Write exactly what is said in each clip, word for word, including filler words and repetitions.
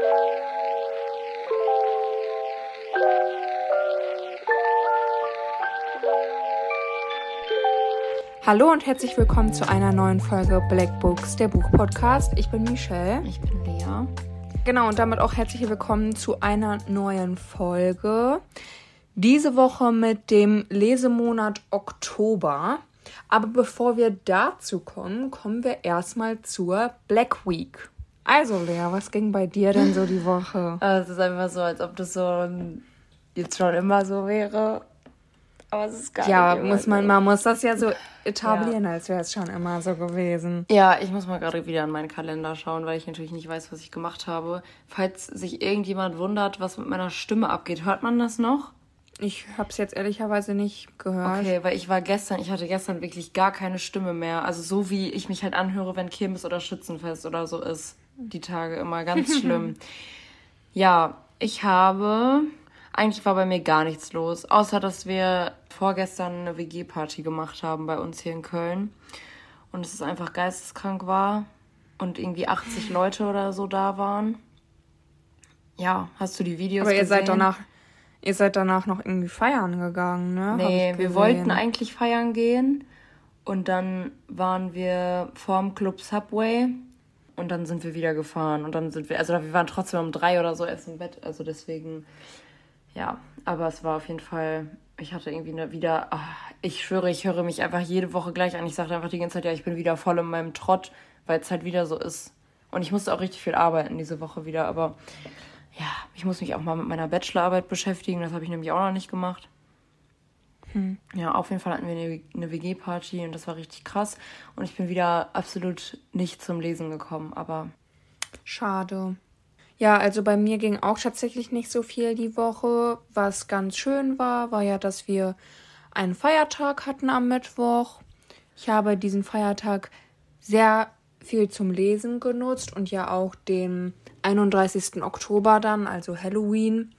Hallo und herzlich willkommen zu einer neuen Folge Black Books, der Buchpodcast. Ich bin Michelle. Ich bin Lea. Genau, und damit auch herzlich willkommen zu einer neuen Folge. Diese Woche mit dem Lesemonat Oktober. Aber bevor wir dazu kommen, kommen wir erstmal zur Black Week. Also Lea, was ging bei dir denn so die Woche? Es ist einfach so, als ob das so jetzt schon immer so wäre. Aber es ist gar ja, nicht. Ja, muss man, so. man muss das ja so etablieren, ja. als wäre es schon immer so gewesen. Ja, ich muss mal gerade wieder in meinen Kalender schauen, weil ich natürlich nicht weiß, was ich gemacht habe. Falls sich irgendjemand wundert, was mit meiner Stimme abgeht, hört man das noch? Ich habe es jetzt ehrlicherweise nicht gehört. Okay, weil ich war gestern, ich hatte gestern wirklich gar keine Stimme mehr. Also so wie ich mich halt anhöre, wenn Kirmes oder Schützenfest oder so ist. Die Tage immer ganz schlimm. Ja, ich habe... Eigentlich war bei mir gar nichts los, außer dass wir vorgestern eine W G-Party gemacht haben bei uns hier in Köln. Und es ist einfach geisteskrank war und irgendwie achtzig Leute oder so da waren. Ja, hast du die Videos Aber ihr gesehen? seid danach, ihr seid danach noch irgendwie feiern gegangen, ne? Nee, wir wollten eigentlich feiern gehen. Und dann waren wir vorm Club Subway. Und dann sind wir wieder gefahren. Und dann sind wir, also wir waren trotzdem um drei oder so erst im Bett. Also deswegen... Ja, aber es war auf jeden Fall, ich hatte irgendwie eine wieder, ach, ich schwöre, ich höre mich einfach jede Woche gleich an. Ich sage einfach die ganze Zeit, ja, ich bin wieder voll in meinem Trott, weil es halt wieder so ist. Und ich musste auch richtig viel arbeiten diese Woche wieder, aber ja, ich muss mich auch mal mit meiner Bachelorarbeit beschäftigen, das habe ich nämlich auch noch nicht gemacht. Hm. Ja, auf jeden Fall hatten wir eine, eine W G-Party und das war richtig krass. Und ich bin wieder absolut nicht zum Lesen gekommen, aber... Schade. Ja, also bei mir ging auch tatsächlich nicht so viel die Woche. Was ganz schön war, war ja, dass wir einen Feiertag hatten am Mittwoch. Ich habe diesen Feiertag sehr viel zum Lesen genutzt und ja auch den einunddreißigsten Oktober dann, also Halloween,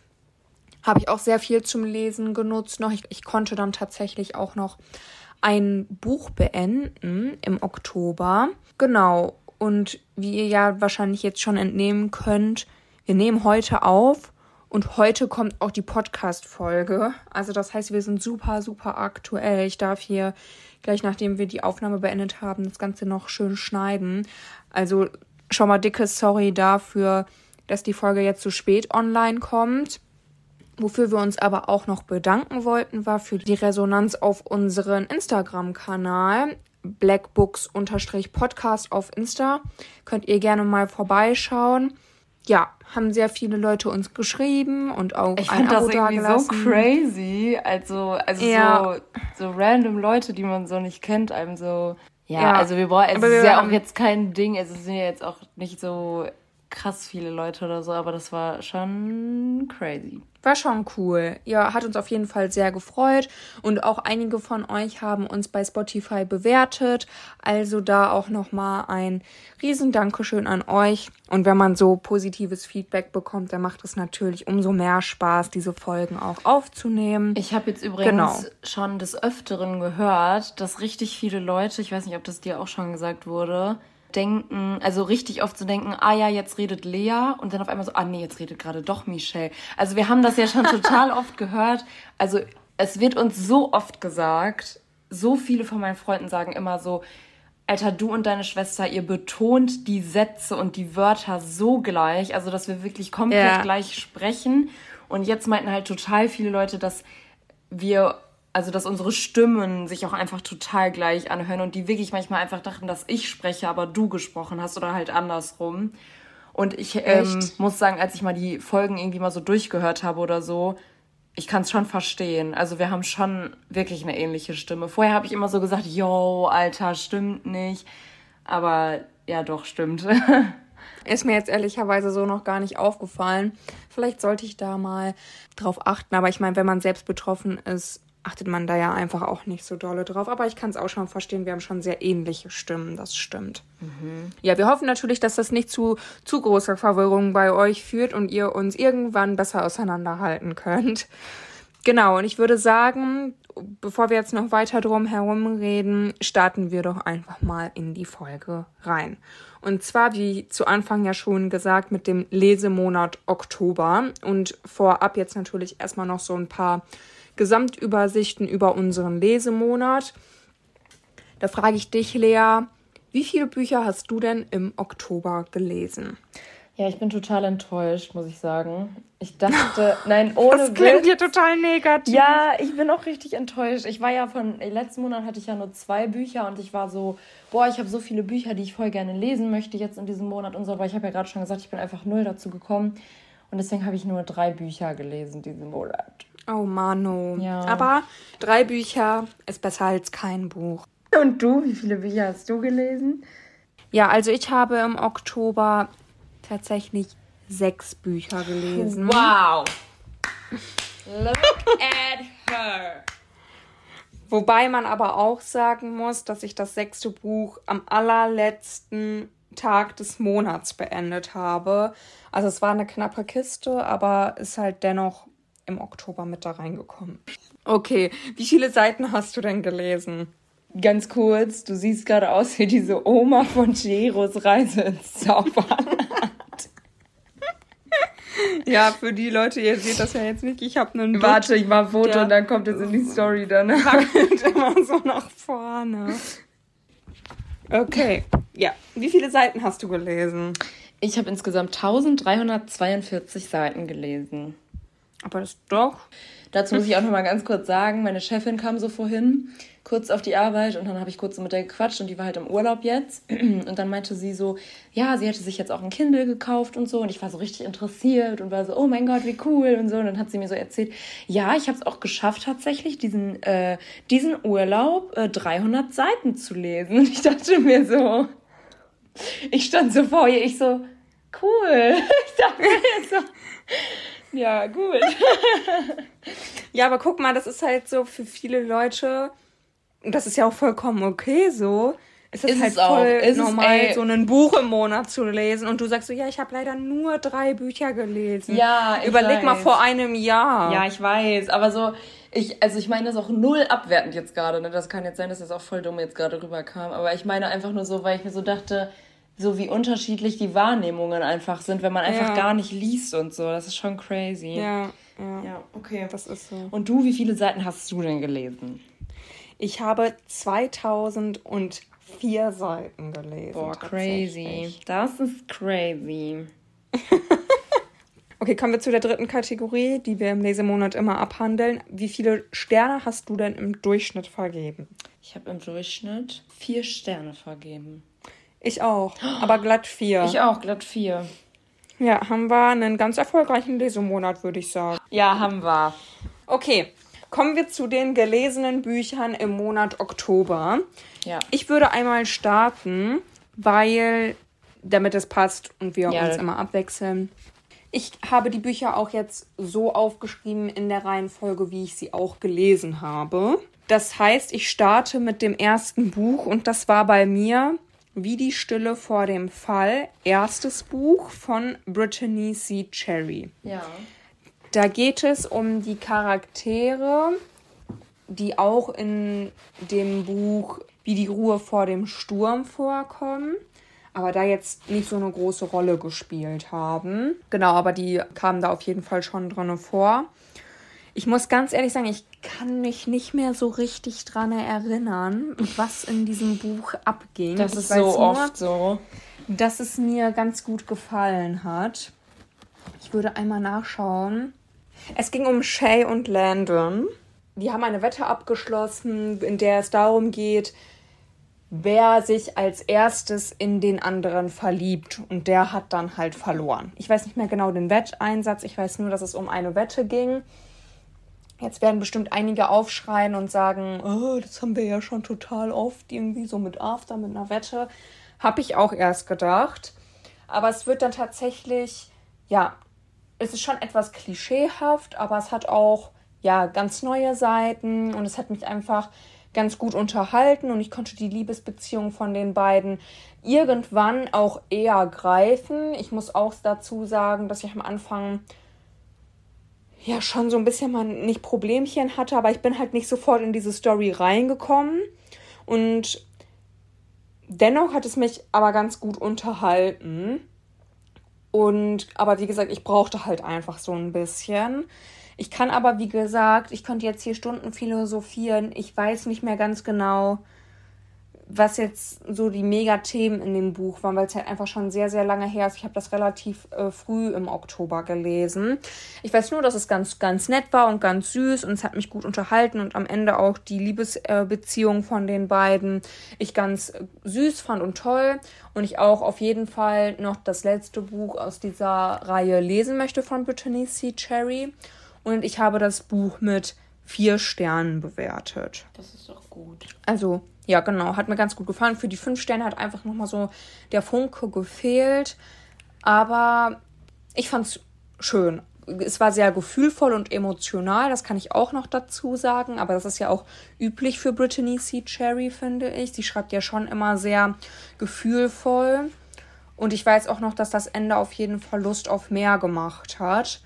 habe ich auch sehr viel zum Lesen genutzt noch. Ich, ich konnte dann tatsächlich auch noch ein Buch beenden im Oktober. Genau. Und wie ihr ja wahrscheinlich jetzt schon entnehmen könnt, wir nehmen heute auf und heute kommt auch die Podcast-Folge. Also das heißt, wir sind super, super aktuell. Ich darf hier gleich, nachdem wir die Aufnahme beendet haben, das Ganze noch schön schneiden. Also schon mal dickes Sorry dafür, dass die Folge jetzt so spät online kommt. Wofür wir uns aber auch noch bedanken wollten, war für die Resonanz auf unseren Instagram-Kanal. Blackbooks-Podcast auf Insta. Könnt ihr gerne mal vorbeischauen. Ja, haben sehr viele Leute uns geschrieben und auch ich ein Abo dagelassen. Ich finde das irgendwie so crazy. Also, also ja. so, so random Leute, die man so nicht kennt, einem so... Ja, ja. also wir brauchen... Es ist ja auch jetzt kein Ding. Es sind ja jetzt auch nicht so krass viele Leute oder so, aber das war schon crazy. War schon cool. Ja, hat uns auf jeden Fall sehr gefreut. Und auch einige von euch haben uns bei Spotify bewertet. Also da auch nochmal ein riesen Dankeschön an euch. Und wenn man so positives Feedback bekommt, dann macht es natürlich umso mehr Spaß, diese Folgen auch aufzunehmen. Ich habe jetzt übrigens genau. schon des Öfteren gehört, dass richtig viele Leute, ich weiß nicht, ob das dir auch schon gesagt wurde, denken, also richtig oft zu so denken, ah ja, jetzt redet Lea und dann auf einmal so, ah nee, jetzt redet gerade doch Michelle. Also wir haben das ja schon total oft gehört. Also es wird uns so oft gesagt, so viele von meinen Freunden sagen immer so, Alter, du und deine Schwester, ihr betont die Sätze und die Wörter so gleich, also dass wir wirklich komplett ja. gleich sprechen. Und jetzt meinten halt total viele Leute, dass wir... Also, dass unsere Stimmen sich auch einfach total gleich anhören und die wirklich manchmal einfach dachten, dass ich spreche, aber du gesprochen hast oder halt andersrum. Und ich ähm, muss sagen, als ich mal die Folgen irgendwie mal so durchgehört habe oder so, ich kann es schon verstehen. Also, wir haben schon wirklich eine ähnliche Stimme. Vorher habe ich immer so gesagt, yo, Alter, stimmt nicht. Aber ja, doch, stimmt. Ist mir jetzt ehrlicherweise so noch gar nicht aufgefallen. Vielleicht sollte ich da mal drauf achten. Aber ich meine, wenn man selbst betroffen ist, achtet man da ja einfach auch nicht so dolle drauf. Aber ich kann es auch schon verstehen, wir haben schon sehr ähnliche Stimmen, das stimmt. Mhm. Ja, wir hoffen natürlich, dass das nicht zu, zu großer Verwirrung bei euch führt und ihr uns irgendwann besser auseinanderhalten könnt. Genau, und ich würde sagen, bevor wir jetzt noch weiter drum herum reden, starten wir doch einfach mal in die Folge rein. Und zwar, wie zu Anfang ja schon gesagt, mit dem Lesemonat Oktober. Und vorab jetzt natürlich erstmal noch so ein paar Gesamtübersichten über unseren Lesemonat. Da frage ich dich, Lea, wie viele Bücher hast du denn im Oktober gelesen? Ja, ich bin total enttäuscht, muss ich sagen. Ich dachte, nein, ohne Das klingt hier total negativ. Ja, ich bin auch richtig enttäuscht. Ich war ja von, letzten Monat hatte ich ja nur zwei Bücher und ich war so, boah, ich habe so viele Bücher, die ich voll gerne lesen möchte jetzt in diesem Monat und so. Aber ich habe ja gerade schon gesagt, ich bin einfach null dazu gekommen. Und deswegen habe ich nur drei Bücher gelesen diesen Monat. Oh, Mano. Ja. Aber drei Bücher ist besser als kein Buch. Und du, wie viele Bücher hast du gelesen? Ja, also ich habe im Oktober tatsächlich sechs Bücher gelesen. Wow. Look at her. Wobei man aber auch sagen muss, dass ich das sechste Buch am allerletzten Tag des Monats beendet habe. Also es war eine knappe Kiste, aber ist halt dennoch im Oktober mit da reingekommen. Okay, wie viele Seiten hast du denn gelesen? Ganz kurz, du siehst gerade aus wie diese Oma von Chihiros Reise ins Zauberland. Ja, für die Leute, ihr seht das ja jetzt nicht, ich habe einen Warte, ich mache ein Foto der und dann kommt es in die Story dann. Wackelt immer so nach vorne. Okay, ja. Wie viele Seiten hast du gelesen? Ich habe insgesamt dreizehnhundertzweiundvierzig Seiten gelesen. Aber das ist doch... Dazu muss ich auch noch mal ganz kurz sagen, meine Chefin kam so vorhin, kurz auf die Arbeit und dann habe ich kurz so mit der gequatscht und die war halt im Urlaub jetzt und dann meinte sie so, ja, sie hätte sich jetzt auch ein Kindle gekauft und so und ich war so richtig interessiert und war so, oh mein Gott, wie cool und so und dann hat sie mir so erzählt, ja, ich habe es auch geschafft tatsächlich, diesen, äh, diesen Urlaub äh, dreihundert Seiten zu lesen und ich dachte mir so, ich stand so vor ihr, ich so, cool, ich dachte mir so, ja, gut. Ja, aber guck mal, das ist halt so für viele Leute, und das ist ja auch vollkommen okay so, ist es Ist halt es auch. voll Ist es, normal, ey. so ein Buch im Monat zu lesen. Und du sagst so, ja, ich habe leider nur drei Bücher gelesen. Ja, ich Überleg weiß. mal vor einem Jahr. Ja, ich weiß, aber so, ich, also ich meine das auch null abwertend jetzt gerade, ne? Das kann jetzt sein, dass das auch voll dumm jetzt gerade rüberkam, aber ich meine einfach nur so, weil ich mir so dachte, so wie unterschiedlich die Wahrnehmungen einfach sind, wenn man einfach Ja. gar nicht liest und so, das ist schon crazy. Ja, ja, Ja, okay. das ist so. Und du, wie viele Seiten hast du denn gelesen? Ich habe zweitausendvier Seiten gelesen. Boah, crazy. tatsächlich. Das ist crazy. Okay, kommen wir zu der dritten Kategorie, die wir im Lesemonat immer abhandeln. Wie viele Sterne hast du denn im Durchschnitt vergeben? Ich habe im Durchschnitt vier Sterne vergeben. Ich auch, aber glatt vier. Ich auch, glatt vier. Ja, haben wir einen ganz erfolgreichen Lesemonat, würde ich sagen. Ja, haben wir. Okay, kommen wir zu den gelesenen Büchern im Monat Oktober. Ja. Ich würde einmal starten, weil, damit es passt und wir Ja. uns immer abwechseln. Ich habe die Bücher auch jetzt so aufgeschrieben in der Reihenfolge, wie ich sie auch gelesen habe. Das heißt, ich starte mit dem ersten Buch und das war bei mir Wie die Stille vor dem Fall, erstes Buch von Brittany C. Cherry. Ja. Da geht es um die Charaktere, die auch in dem Buch Wie die Ruhe vor dem Sturm vorkommen, aber da jetzt nicht so eine große Rolle gespielt haben. Genau, aber die kamen da auf jeden Fall schon drin vor. Ich muss ganz ehrlich sagen, ich kann mich nicht mehr so richtig dran erinnern, was in diesem Buch abging. Das Ich ist weiß so nur, oft so. dass es mir ganz gut gefallen hat. Ich würde einmal nachschauen. Es ging um Shay und Landon. Die haben eine Wette abgeschlossen, in der es darum geht, wer sich als erstes in den anderen verliebt. Und der hat dann halt verloren. Ich weiß nicht mehr genau den Wetteinsatz. Ich weiß nur, dass es um eine Wette ging. Jetzt werden bestimmt einige aufschreien und sagen, oh, das haben wir ja schon total oft, irgendwie so mit After, mit einer Wette. Habe ich auch erst gedacht. Aber es wird dann tatsächlich, ja, es ist schon etwas klischeehaft, aber es hat auch, ja, ganz neue Seiten und es hat mich einfach ganz gut unterhalten und ich konnte die Liebesbeziehung von den beiden irgendwann auch eher greifen. Ich muss auch dazu sagen, dass ich am Anfang ja schon so ein bisschen mal nicht Problemchen hatte, aber ich bin halt nicht sofort in diese Story reingekommen. Und dennoch hat es mich aber ganz gut unterhalten. Und, aber wie gesagt, ich brauchte halt einfach so ein bisschen. Ich kann aber, wie gesagt, ich könnte jetzt hier Stunden philosophieren. Ich weiß nicht mehr ganz genau, was jetzt so die Megathemen in dem Buch waren, weil es halt einfach schon sehr, sehr lange her ist. Ich habe das relativ äh, früh im Oktober gelesen. Ich weiß nur, dass es ganz, ganz nett war und ganz süß und es hat mich gut unterhalten und am Ende auch die Liebesbeziehung äh, von den beiden ich ganz äh, süß fand und toll und ich auch auf jeden Fall noch das letzte Buch aus dieser Reihe lesen möchte von Brittany C. Cherry und ich habe das Buch mit vier Sternen bewertet. Das ist doch gut. Also ja, genau, hat mir ganz gut gefallen. Für die fünf Sterne hat einfach nochmal so der Funke gefehlt. Aber ich fand's schön. Es war sehr gefühlvoll und emotional, das kann ich auch noch dazu sagen. Aber das ist ja auch üblich für Brittany C. Cherry, finde ich. Sie schreibt ja schon immer sehr gefühlvoll. Und ich weiß auch noch, dass das Ende auf jeden Fall Lust auf mehr gemacht hat.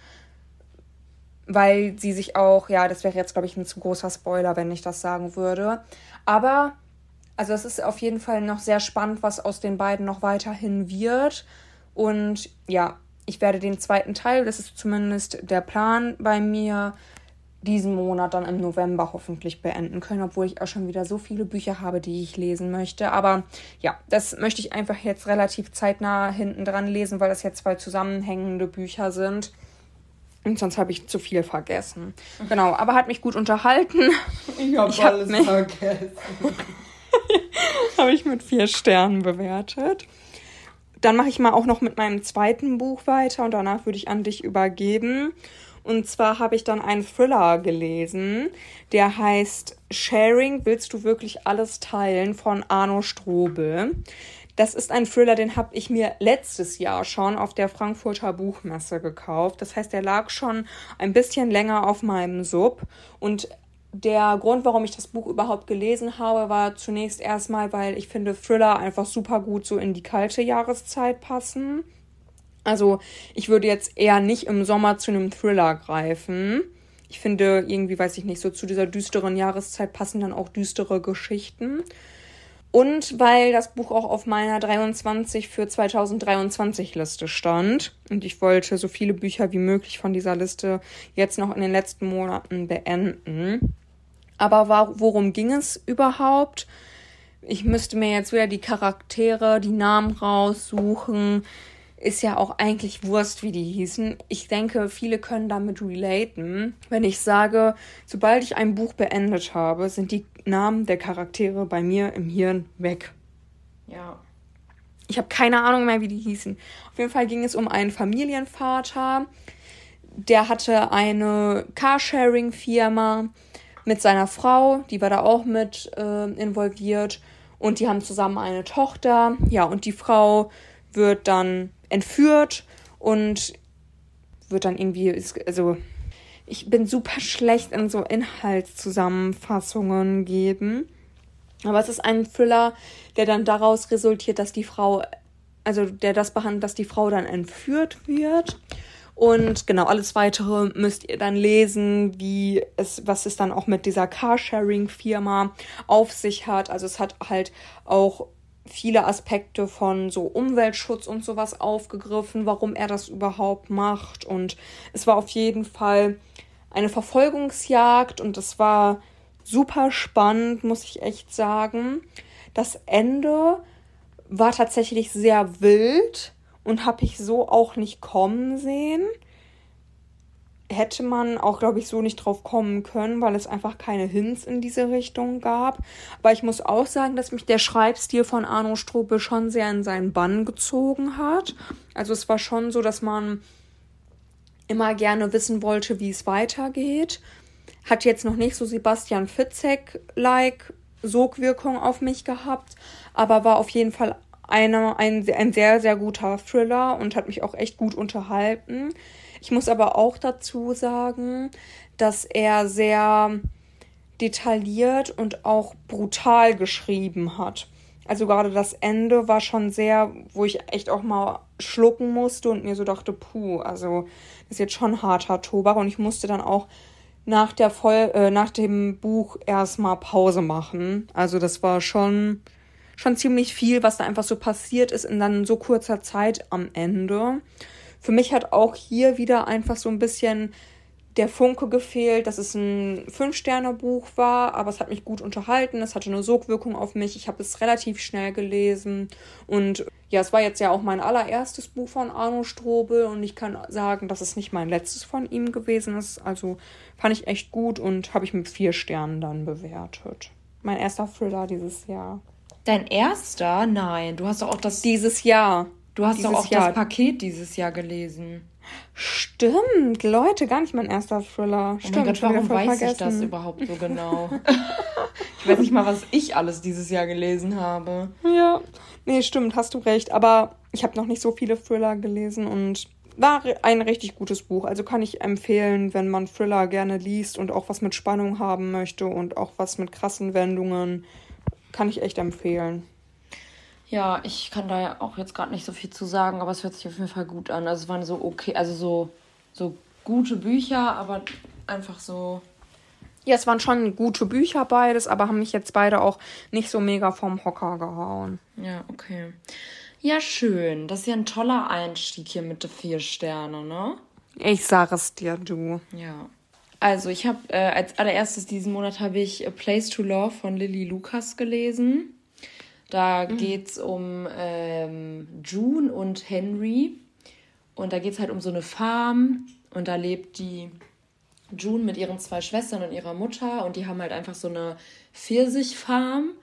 Weil sie sich auch, ja, das wäre jetzt, glaube ich, ein zu großer Spoiler, wenn ich das sagen würde. Aber also es ist auf jeden Fall noch sehr spannend, was aus den beiden noch weiterhin wird. Und ja, ich werde den zweiten Teil, das ist zumindest der Plan bei mir, diesen Monat dann im November hoffentlich beenden können, obwohl ich auch schon wieder so viele Bücher habe, die ich lesen möchte. Aber ja, das möchte ich einfach jetzt relativ zeitnah hinten dran lesen, weil das jetzt zwei zusammenhängende Bücher sind. Und sonst habe ich zu viel vergessen. Genau, aber hat mich gut unterhalten. Ich habe alles mich vergessen. Habe ich mit vier Sternen bewertet. Dann mache ich mal auch noch mit meinem zweiten Buch weiter und danach würde ich an dich übergeben. Und zwar habe ich dann einen Thriller gelesen, der heißt Sharing, willst du wirklich alles teilen? Von Arno Strobel. Das ist ein Thriller, den habe ich mir letztes Jahr schon auf der Frankfurter Buchmesse gekauft. Das heißt, der lag schon ein bisschen länger auf meinem Sub und der Grund, warum ich das Buch überhaupt gelesen habe, war zunächst erstmal, weil ich finde, Thriller einfach super gut so in die kalte Jahreszeit passen. Also ich würde jetzt eher nicht im Sommer zu einem Thriller greifen. Ich finde irgendwie, weiß ich nicht, so zu dieser düsteren Jahreszeit passen dann auch düstere Geschichten. Und weil das Buch auch auf meiner dreiundzwanzig für zweitausenddreiundzwanzig Liste stand und ich wollte so viele Bücher wie möglich von dieser Liste jetzt noch in den letzten Monaten beenden. Aber worum ging es überhaupt? Ich müsste mir jetzt wieder die Charaktere, die Namen raussuchen. Ist ja auch eigentlich Wurst, wie die hießen. Ich denke, viele können damit relaten. Wenn ich sage, sobald ich ein Buch beendet habe, sind die Namen der Charaktere bei mir im Hirn weg. Ja. Ich habe keine Ahnung mehr, wie die hießen. Auf jeden Fall ging es um einen Familienvater. Der hatte eine Carsharing-Firma mit seiner Frau. Die war da auch mit äh, involviert. Und die haben zusammen eine Tochter. Ja, und die Frau wird dann entführt und wird dann irgendwie, also ich bin super schlecht in so Inhaltszusammenfassungen geben, aber es ist ein Thriller, der dann daraus resultiert, dass die Frau, also der das behandelt, dass die Frau dann entführt wird und genau, alles Weitere müsst ihr dann lesen, wie es, was es dann auch mit dieser Carsharing-Firma auf sich hat, also es hat halt auch viele Aspekte von so Umweltschutz und sowas aufgegriffen, warum er das überhaupt macht. Und es war auf jeden Fall eine Verfolgungsjagd und es war super spannend, muss ich echt sagen. Das Ende war tatsächlich sehr wild und habe ich so auch nicht kommen sehen. Hätte man auch, glaube ich, so nicht drauf kommen können, weil es einfach keine Hints in diese Richtung gab. Aber ich muss auch sagen, dass mich der Schreibstil von Arno Strobel schon sehr in seinen Bann gezogen hat. Also es war schon so, dass man immer gerne wissen wollte, wie es weitergeht. Hat jetzt noch nicht so Sebastian Fitzek-like Sogwirkung auf mich gehabt, aber war auf jeden Fall eine, ein, ein sehr, sehr guter Thriller und hat mich auch echt gut unterhalten. Ich muss aber auch dazu sagen, dass er sehr detailliert und auch brutal geschrieben hat. Also gerade das Ende war schon sehr, wo ich echt auch mal schlucken musste und mir so dachte, puh, also das ist jetzt schon harter Tobak. Und ich musste dann auch nach der Voll äh, nach dem Buch erstmal Pause machen. Also das war schon, schon ziemlich viel, was da einfach so passiert ist in dann so kurzer Zeit am Ende. Für mich hat auch hier wieder einfach so ein bisschen der Funke gefehlt, dass es ein Fünf-Sterne-Buch war, aber es hat mich gut unterhalten, es hatte eine Sogwirkung auf mich, ich habe es relativ schnell gelesen und ja, es war jetzt ja auch mein allererstes Buch von Arno Strobel und ich kann sagen, dass es nicht mein letztes von ihm gewesen ist, also fand ich echt gut und habe ich mit vier Sternen dann bewertet. Mein erster Thriller dieses Jahr. Dein erster? Nein, du hast doch auch das... Dieses Jahr. Du hast dieses doch auch Jahr. das Paket dieses Jahr gelesen. Stimmt, Leute, gar nicht mein erster Thriller. Oh Stimmt, mein Gott, schon wieder warum voll weiß vergessen. ich das überhaupt so genau? Ich weiß nicht mal, was ich alles dieses Jahr gelesen habe. Ja, nee, stimmt, hast du recht. Aber ich habe noch nicht so viele Thriller gelesen und war ein richtig gutes Buch. Also kann ich empfehlen, wenn man Thriller gerne liest und auch was mit Spannung haben möchte und auch was mit krassen Wendungen, kann ich echt empfehlen. Ja, ich kann da ja auch jetzt gerade nicht so viel zu sagen, aber es hört sich auf jeden Fall gut an. Also es waren so okay, also so, so gute Bücher, aber einfach so... Ja, es waren schon gute Bücher beides, aber haben mich jetzt beide auch nicht so mega vom Hocker gehauen. Ja, okay. Ja, schön. Das ist ja ein toller Einstieg hier mit den vier Sterne, ne? Ich sag es dir, du. Ja. Also ich habe äh, als allererstes diesen Monat habe ich A Place to Love von Lily Lucas gelesen. Da mhm. geht's um ähm, June und Henry. Und da geht's halt um so eine Farm. Und da lebt die June mit ihren zwei Schwestern und ihrer Mutter. Und die haben halt einfach so eine Pfirsichfarm.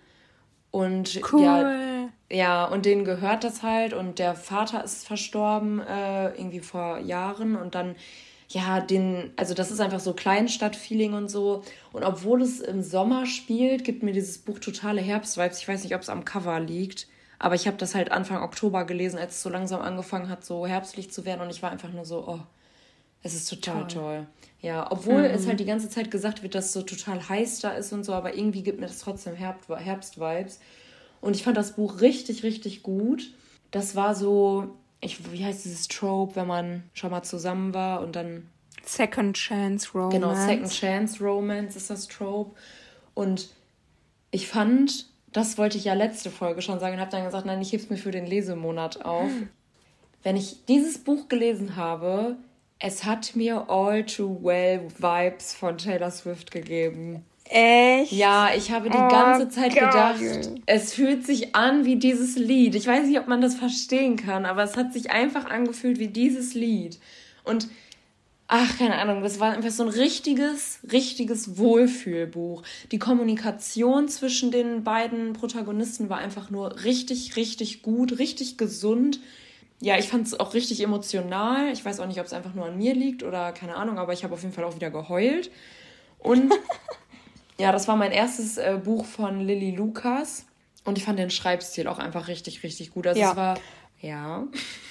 Und cool. ja, ja, und denen gehört das halt. Und der Vater ist verstorben, äh, irgendwie vor Jahren. Und dann, ja, den, also das ist einfach so Kleinstadt-Feeling und so. Und obwohl es im Sommer spielt, gibt mir dieses Buch totale Herbstvibes. Ich weiß nicht, ob es am Cover liegt. Aber ich habe das halt Anfang Oktober gelesen, als es so langsam angefangen hat, so herbstlich zu werden. Und ich war einfach nur so, oh, es ist total toll. toll. Ja, obwohl mhm. es halt die ganze Zeit gesagt wird, dass es so total heiß da ist und so. Aber irgendwie gibt mir das trotzdem Herbst- Herbstvibes. Und ich fand das Buch richtig, richtig gut. Das war so... Ich, wie heißt dieses Trope, wenn man schon mal zusammen war und dann... Second Chance Romance. Genau, Second Chance Romance ist das Trope. Und ich fand, das wollte ich ja letzte Folge schon sagen und habe dann gesagt, nein, ich heb's mir für den Lesemonat auf. Hm. Wenn ich dieses Buch gelesen habe, es hat mir All Too Well Vibes von Taylor Swift gegeben. Echt? Ja, ich habe die oh, ganze Zeit geil. gedacht, es fühlt sich an wie dieses Lied. Ich weiß nicht, ob man das verstehen kann, aber es hat sich einfach angefühlt wie dieses Lied. Und, ach, keine Ahnung, das war einfach so ein richtiges, richtiges Wohlfühlbuch. Die Kommunikation zwischen den beiden Protagonisten war einfach nur richtig, richtig gut, richtig gesund. Ja, ich fand es auch richtig emotional. Ich weiß auch nicht, ob es einfach nur an mir liegt oder keine Ahnung, aber ich habe auf jeden Fall auch wieder geheult. Und... Ja, das war mein erstes äh, Buch von Lily Lucas und ich fand den Schreibstil auch einfach richtig, richtig gut. Also ja. es war, ja...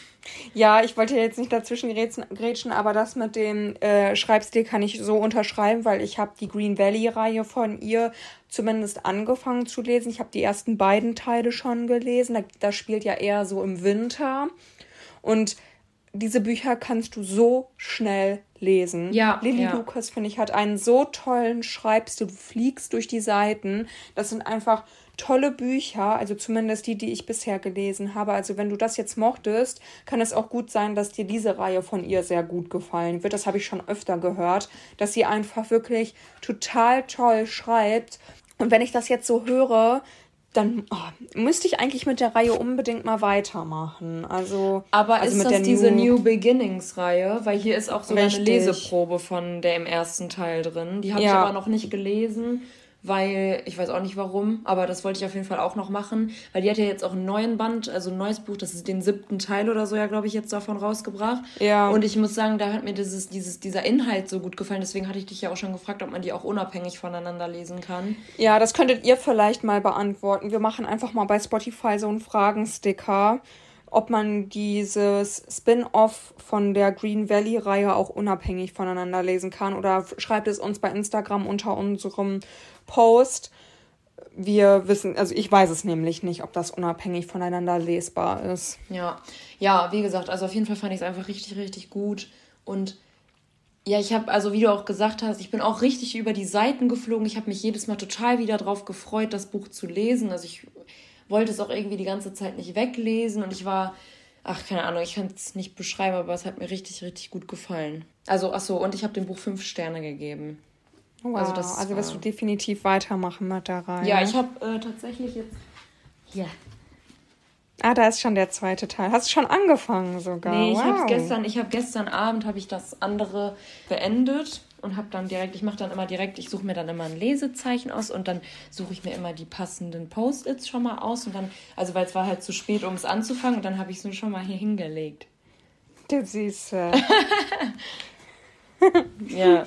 Ja, ich wollte jetzt nicht dazwischen grätschen, aber das mit dem äh, Schreibstil kann ich so unterschreiben, weil ich habe die Green Valley-Reihe von ihr zumindest angefangen zu lesen. Ich habe die ersten beiden Teile schon gelesen. Da, das spielt ja eher so im Winter und diese Bücher kannst du so schnell lesen. Ja, Lily ja. Lucas, finde ich, hat einen so tollen Schreibstil. Du fliegst durch die Seiten. Das sind einfach tolle Bücher, also zumindest die, die ich bisher gelesen habe. Also wenn du das jetzt mochtest, kann es auch gut sein, dass dir diese Reihe von ihr sehr gut gefallen wird. Das habe ich schon öfter gehört, dass sie einfach wirklich total toll schreibt. Und wenn ich das jetzt so höre, dann oh, müsste ich eigentlich mit der Reihe unbedingt mal weitermachen. Also, aber also ist mit das der diese New, New Beginnings-Reihe? Weil hier ist auch sogar Richtig. eine Leseprobe von der im ersten Teil drin. Die habe ja. ich aber noch nicht gelesen, weil ich weiß auch nicht warum, aber das wollte ich auf jeden Fall auch noch machen, weil die hat ja jetzt auch einen neuen Band, also ein neues Buch, das ist den siebten Teil oder so ja, glaube ich, jetzt davon rausgebracht. Ja. Und ich muss sagen, da hat mir dieses, dieses, dieser Inhalt so gut gefallen, deswegen hatte ich dich ja auch schon gefragt, ob man die auch unabhängig voneinander lesen kann. Ja, das könntet ihr vielleicht mal beantworten. Wir machen einfach mal bei Spotify so einen Fragensticker, ob man dieses Spin-off von der Green Valley-Reihe auch unabhängig voneinander lesen kann, oder schreibt es uns bei Instagram unter unserem Post. wir wissen, also ich weiß es nämlich nicht, ob das unabhängig voneinander lesbar ist. Ja, ja, wie gesagt, also auf jeden Fall fand ich es einfach richtig, richtig gut. Und ja, ich habe, also wie du auch gesagt hast, ich bin auch richtig über die Seiten geflogen. Ich habe mich jedes Mal total wieder drauf gefreut, das Buch zu lesen. Also ich wollte es auch irgendwie die ganze Zeit nicht weglesen. Und ich war, ach, keine Ahnung, ich kann es nicht beschreiben, aber es hat mir richtig, richtig gut gefallen. Also, ach so, und ich habe dem Buch fünf Sterne gegeben. Wow, also, das also wirst du definitiv weitermachen mit der Reihe. Ja, ich habe äh, tatsächlich jetzt... Hier. Ah, da ist schon der zweite Teil. Hast du schon angefangen sogar? Nee, ich wow. habe gestern, ich habe gestern Abend habe ich das andere beendet und habe dann direkt, ich mache dann immer direkt, ich suche mir dann immer ein Lesezeichen aus und dann suche ich mir immer die passenden Post-its schon mal aus und dann, also weil es war halt zu spät, um es anzufangen und dann habe ich es schon mal hier hingelegt. Du Süße. Ja.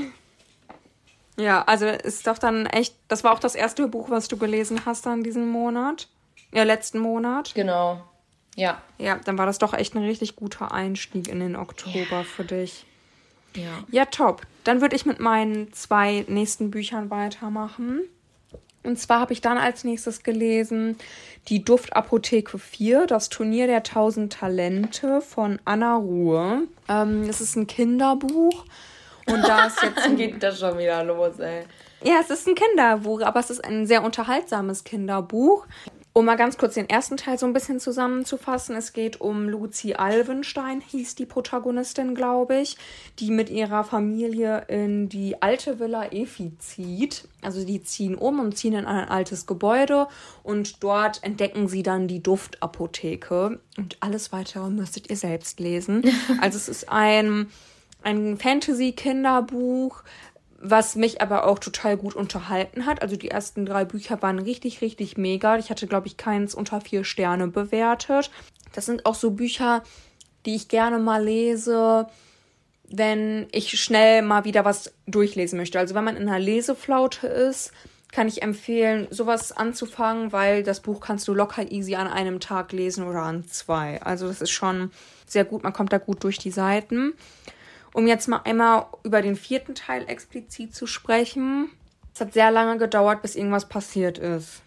Ja, also ist doch dann echt, das war auch das erste Buch, was du gelesen hast dann diesen Monat. Ja, letzten Monat. Genau. Ja. Ja, dann war das doch echt ein richtig guter Einstieg in den Oktober ja. für dich. Ja. Ja, top. Dann würde ich mit meinen zwei nächsten Büchern weitermachen. Und zwar habe ich dann als nächstes gelesen Die Duftapotheke vier, das Turnier der tausend Talente von Anna Ruhe. Ähm, es ist ein Kinderbuch. Und da ist jetzt... geht das schon wieder los, ey. Ja, es ist ein Kinderbuch, aber es ist ein sehr unterhaltsames Kinderbuch. Um mal ganz kurz den ersten Teil so ein bisschen zusammenzufassen. Es geht um Luzi Alvenstein, hieß die Protagonistin, glaube ich, die mit ihrer Familie in die alte Villa Effi zieht. Also die ziehen um und ziehen in ein altes Gebäude und dort entdecken sie dann die Duftapotheke. Und alles Weitere müsstet ihr selbst lesen. Also es ist ein, ein Fantasy-Kinderbuch, was mich aber auch total gut unterhalten hat. Also die ersten drei Bücher waren richtig, richtig mega. Ich hatte, glaube ich, keins unter vier Sterne bewertet. Das sind auch so Bücher, die ich gerne mal lese, wenn ich schnell mal wieder was durchlesen möchte. Also wenn man in einer Leseflaute ist, kann ich empfehlen, sowas anzufangen, weil das Buch kannst du locker easy an einem Tag lesen oder an zwei. Also das ist schon sehr gut. Man kommt da gut durch die Seiten. Um jetzt mal einmal über den vierten Teil explizit zu sprechen. Es hat sehr lange gedauert, bis irgendwas passiert ist.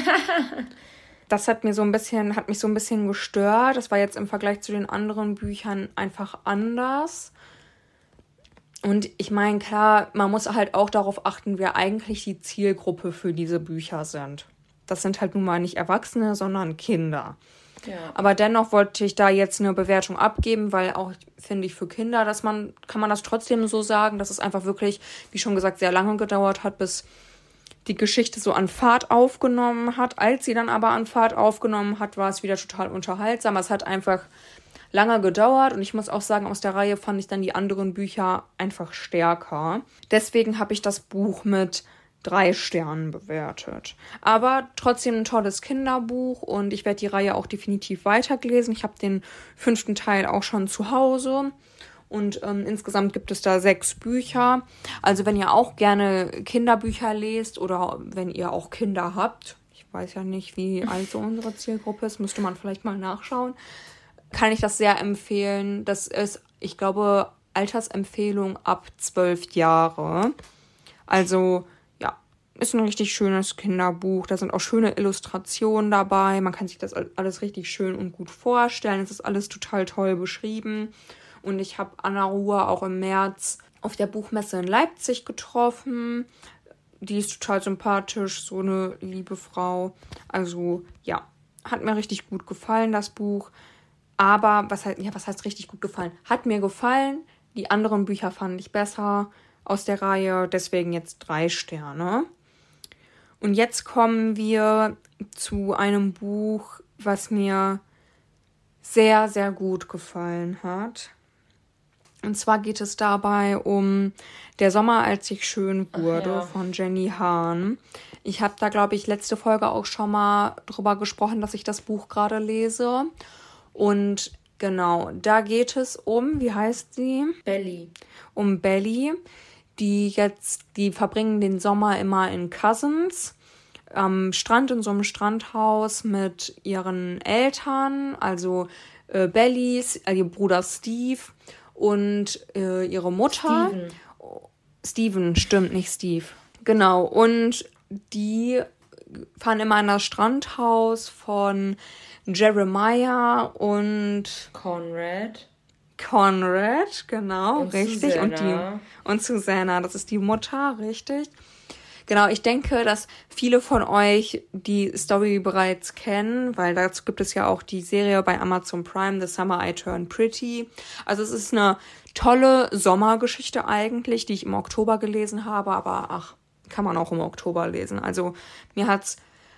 Das hat mir so ein bisschen, hat mich so ein bisschen gestört. Das war jetzt im Vergleich zu den anderen Büchern einfach anders. Und ich meine, klar, man muss halt auch darauf achten, wer eigentlich die Zielgruppe für diese Bücher sind. Das sind halt nun mal nicht Erwachsene, sondern Kinder. Ja. Aber dennoch wollte ich da jetzt eine Bewertung abgeben, weil auch, finde ich, für Kinder, dass man, kann man das trotzdem so sagen, dass es einfach wirklich, wie schon gesagt, sehr lange gedauert hat, bis die Geschichte so an Fahrt aufgenommen hat. Als sie dann aber an Fahrt aufgenommen hat, war es wieder total unterhaltsam. Es hat einfach lange gedauert und ich muss auch sagen, aus der Reihe fand ich dann die anderen Bücher einfach stärker. Deswegen habe ich das Buch mit drei Sternen bewertet. Aber trotzdem ein tolles Kinderbuch und ich werde die Reihe auch definitiv weiterlesen. Ich habe den fünften Teil auch schon zu Hause und ähm, insgesamt gibt es da sechs Bücher. Also wenn ihr auch gerne Kinderbücher lest oder wenn ihr auch Kinder habt, ich weiß ja nicht, wie alt so unsere Zielgruppe ist, müsste man vielleicht mal nachschauen, kann ich das sehr empfehlen. Das ist, ich glaube, Altersempfehlung ab zwölf Jahre. Also ist ein richtig schönes Kinderbuch. Da sind auch schöne Illustrationen dabei. Man kann sich das alles richtig schön und gut vorstellen. Es ist alles total toll beschrieben. Und ich habe Anna Ruhe auch im März auf der Buchmesse in Leipzig getroffen. Die ist total sympathisch, so eine liebe Frau. Also ja, hat mir richtig gut gefallen, das Buch. Aber, was heißt, ja, was heißt richtig gut gefallen? Hat mir gefallen. Die anderen Bücher fand ich besser aus der Reihe. Deswegen jetzt drei Sterne. Und jetzt kommen wir zu einem Buch, was mir sehr, sehr gut gefallen hat. Und zwar geht es dabei um Der Sommer, als ich schön wurde, ja, von Jenny Han. Ich habe da, glaube ich, letzte Folge auch schon mal drüber gesprochen, dass ich das Buch gerade lese. Und genau, da geht es um, wie heißt sie? Belly. Um Belly. Die jetzt, die verbringen den Sommer immer in Cousins am Strand, in so einem Strandhaus mit ihren Eltern, also äh, Bellys, äh, ihr Bruder Steve und äh, ihre Mutter. Steven. Steven, stimmt, nicht Steve. Genau, und die fahren immer in das Strandhaus von Jeremiah und Conrad. Conrad, genau, und richtig. Susanna. Und die und Susanna, das ist die Mutter, richtig. Genau, ich denke, dass viele von euch die Story bereits kennen, weil dazu gibt es ja auch die Serie bei Amazon Prime, The Summer I Turned Pretty. Also es ist eine tolle Sommergeschichte eigentlich, die ich im Oktober gelesen habe, aber ach, kann man auch im Oktober lesen. Also mir hat's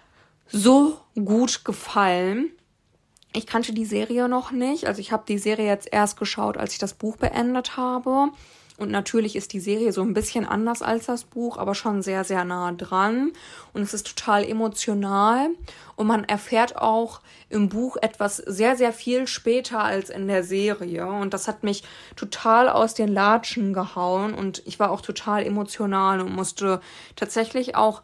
so gut gefallen. Ich kannte die Serie noch nicht, also ich habe die Serie jetzt erst geschaut, als ich das Buch beendet habe. Und natürlich ist die Serie so ein bisschen anders als das Buch, aber schon sehr, sehr nah dran. Und es ist total emotional. Und man erfährt auch im Buch etwas sehr, sehr viel später als in der Serie. Und das hat mich total aus den Latschen gehauen. Und ich war auch total emotional und musste tatsächlich auch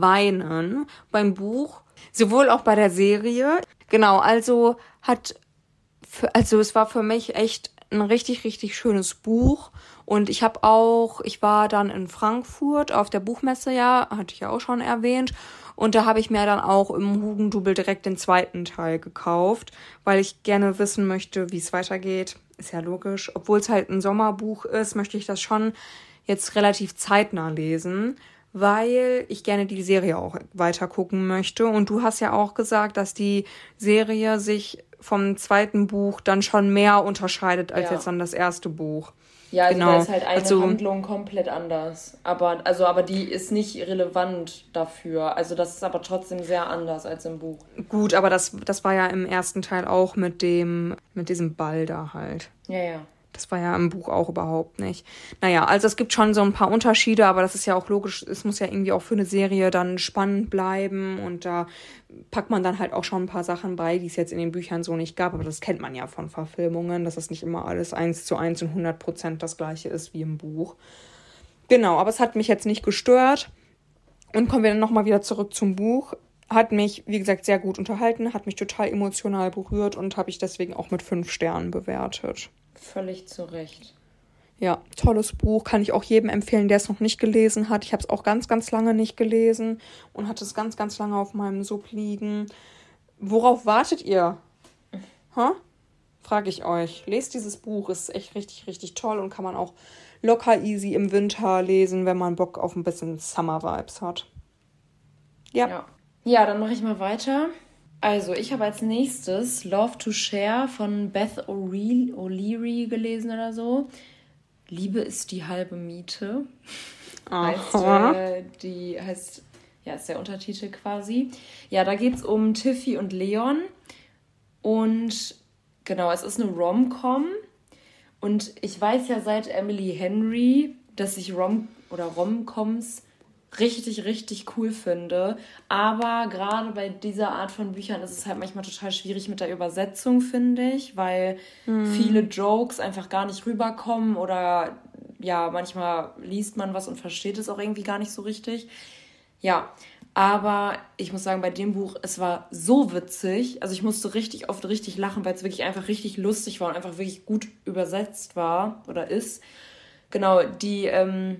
weinen beim Buch. Sowohl auch bei der Serie. Genau, also hat, für, also es war für mich echt ein richtig, richtig schönes Buch. Und ich habe auch, ich war dann in Frankfurt auf der Buchmesse, ja, hatte ich ja auch schon erwähnt. Und da habe ich mir dann auch im Hugendubel direkt den zweiten Teil gekauft, weil ich gerne wissen möchte, wie es weitergeht. Ist ja logisch. Obwohl es halt ein Sommerbuch ist, möchte ich das schon jetzt relativ zeitnah lesen, weil ich gerne die Serie auch weiter gucken möchte. Und du hast ja auch gesagt, dass die Serie sich vom zweiten Buch dann schon mehr unterscheidet als ja. jetzt dann das erste Buch. Ja, also genau. Da ist halt eine also, Handlung komplett anders. Aber, also, aber die ist nicht relevant dafür. Also das ist aber trotzdem sehr anders als im Buch. Gut, aber das, das war ja im ersten Teil auch mit dem, mit diesem Ball da halt. Ja, ja. Das war ja im Buch auch überhaupt nicht. Naja, also es gibt schon so ein paar Unterschiede, aber das ist ja auch logisch. Es muss ja irgendwie auch für eine Serie dann spannend bleiben. Und da packt man dann halt auch schon ein paar Sachen bei, die es jetzt in den Büchern so nicht gab. Aber das kennt man ja von Verfilmungen, dass das nicht immer alles eins zu eins und hundert Prozent das gleiche ist wie im Buch. Genau, aber es hat mich jetzt nicht gestört. Und kommen wir dann nochmal wieder zurück zum Buch. Hat mich, wie gesagt, sehr gut unterhalten, hat mich total emotional berührt und habe ich deswegen auch mit fünf Sternen bewertet. Völlig zu Recht. Ja, tolles Buch, kann ich auch jedem empfehlen, der es noch nicht gelesen hat. Ich habe es auch ganz, ganz lange nicht gelesen und hatte es ganz, ganz lange auf meinem Sub liegen. Worauf wartet ihr? Hä? Frage ich euch. Lest dieses Buch, ist echt richtig, richtig toll und kann man auch locker easy im Winter lesen, wenn man Bock auf ein bisschen Summer-Vibes hat. Ja. Ja, ja dann mache ich mal weiter. Also, ich habe als nächstes Love to Share von Beth O'Leary gelesen oder so. Liebe ist die halbe Miete. Heißt, äh, die heißt, ja, ist der Untertitel quasi. Ja, da geht es um Tiffy und Leon. Und genau, es ist eine Rom-Com. Und ich weiß ja seit Emily Henry, dass ich Rom- oder Rom-Coms richtig, richtig cool finde. Aber gerade bei dieser Art von Büchern ist es halt manchmal total schwierig mit der Übersetzung, finde ich, weil hm. viele Jokes einfach gar nicht rüberkommen oder ja, manchmal liest man was und versteht es auch irgendwie gar nicht so richtig. Ja, aber ich muss sagen, bei dem Buch, es war so witzig. Also ich musste richtig oft richtig lachen, weil es wirklich einfach richtig lustig war und einfach wirklich gut übersetzt war oder ist. Genau, die ähm,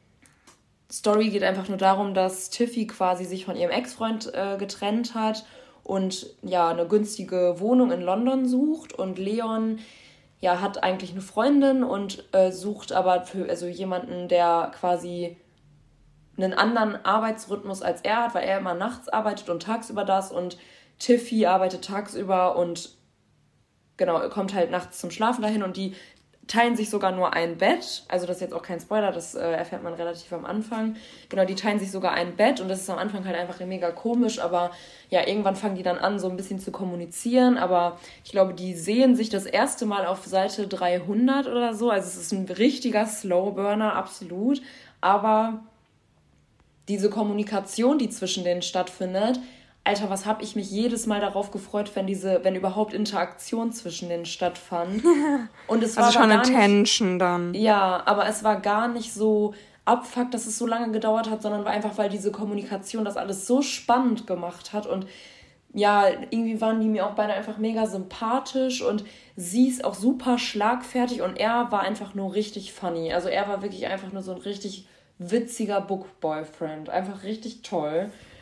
Story geht einfach nur darum, dass Tiffy quasi sich von ihrem Ex-Freund äh, getrennt hat und ja eine günstige Wohnung in London sucht und Leon ja hat eigentlich eine Freundin und äh, sucht aber für also jemanden, der quasi einen anderen Arbeitsrhythmus als er hat, weil er immer nachts arbeitet und tagsüber das und Tiffy arbeitet tagsüber und genau kommt halt nachts zum Schlafen dahin und die teilen sich sogar nur ein Bett, also das ist jetzt auch kein Spoiler, das äh, erfährt man relativ am Anfang. Genau, die teilen sich sogar ein Bett und das ist am Anfang halt einfach mega komisch, aber ja, irgendwann fangen die dann an, so ein bisschen zu kommunizieren, aber ich glaube, die sehen sich das erste Mal auf Seite dreihundert oder so, also es ist ein richtiger Slowburner, absolut, aber diese Kommunikation, die zwischen denen stattfindet, Alter, was habe ich mich jedes Mal darauf gefreut, wenn diese, wenn überhaupt Interaktion zwischen denen stattfand. Und es war also schon eine Tension dann. Ja, aber es war gar nicht so abfuck, dass es so lange gedauert hat, sondern war einfach, weil diese Kommunikation das alles so spannend gemacht hat und ja, irgendwie waren die mir auch beide einfach mega sympathisch und sie ist auch super schlagfertig und er war einfach nur richtig funny. Also er war wirklich einfach nur so ein richtig witziger Book-Boyfriend. Einfach richtig toll.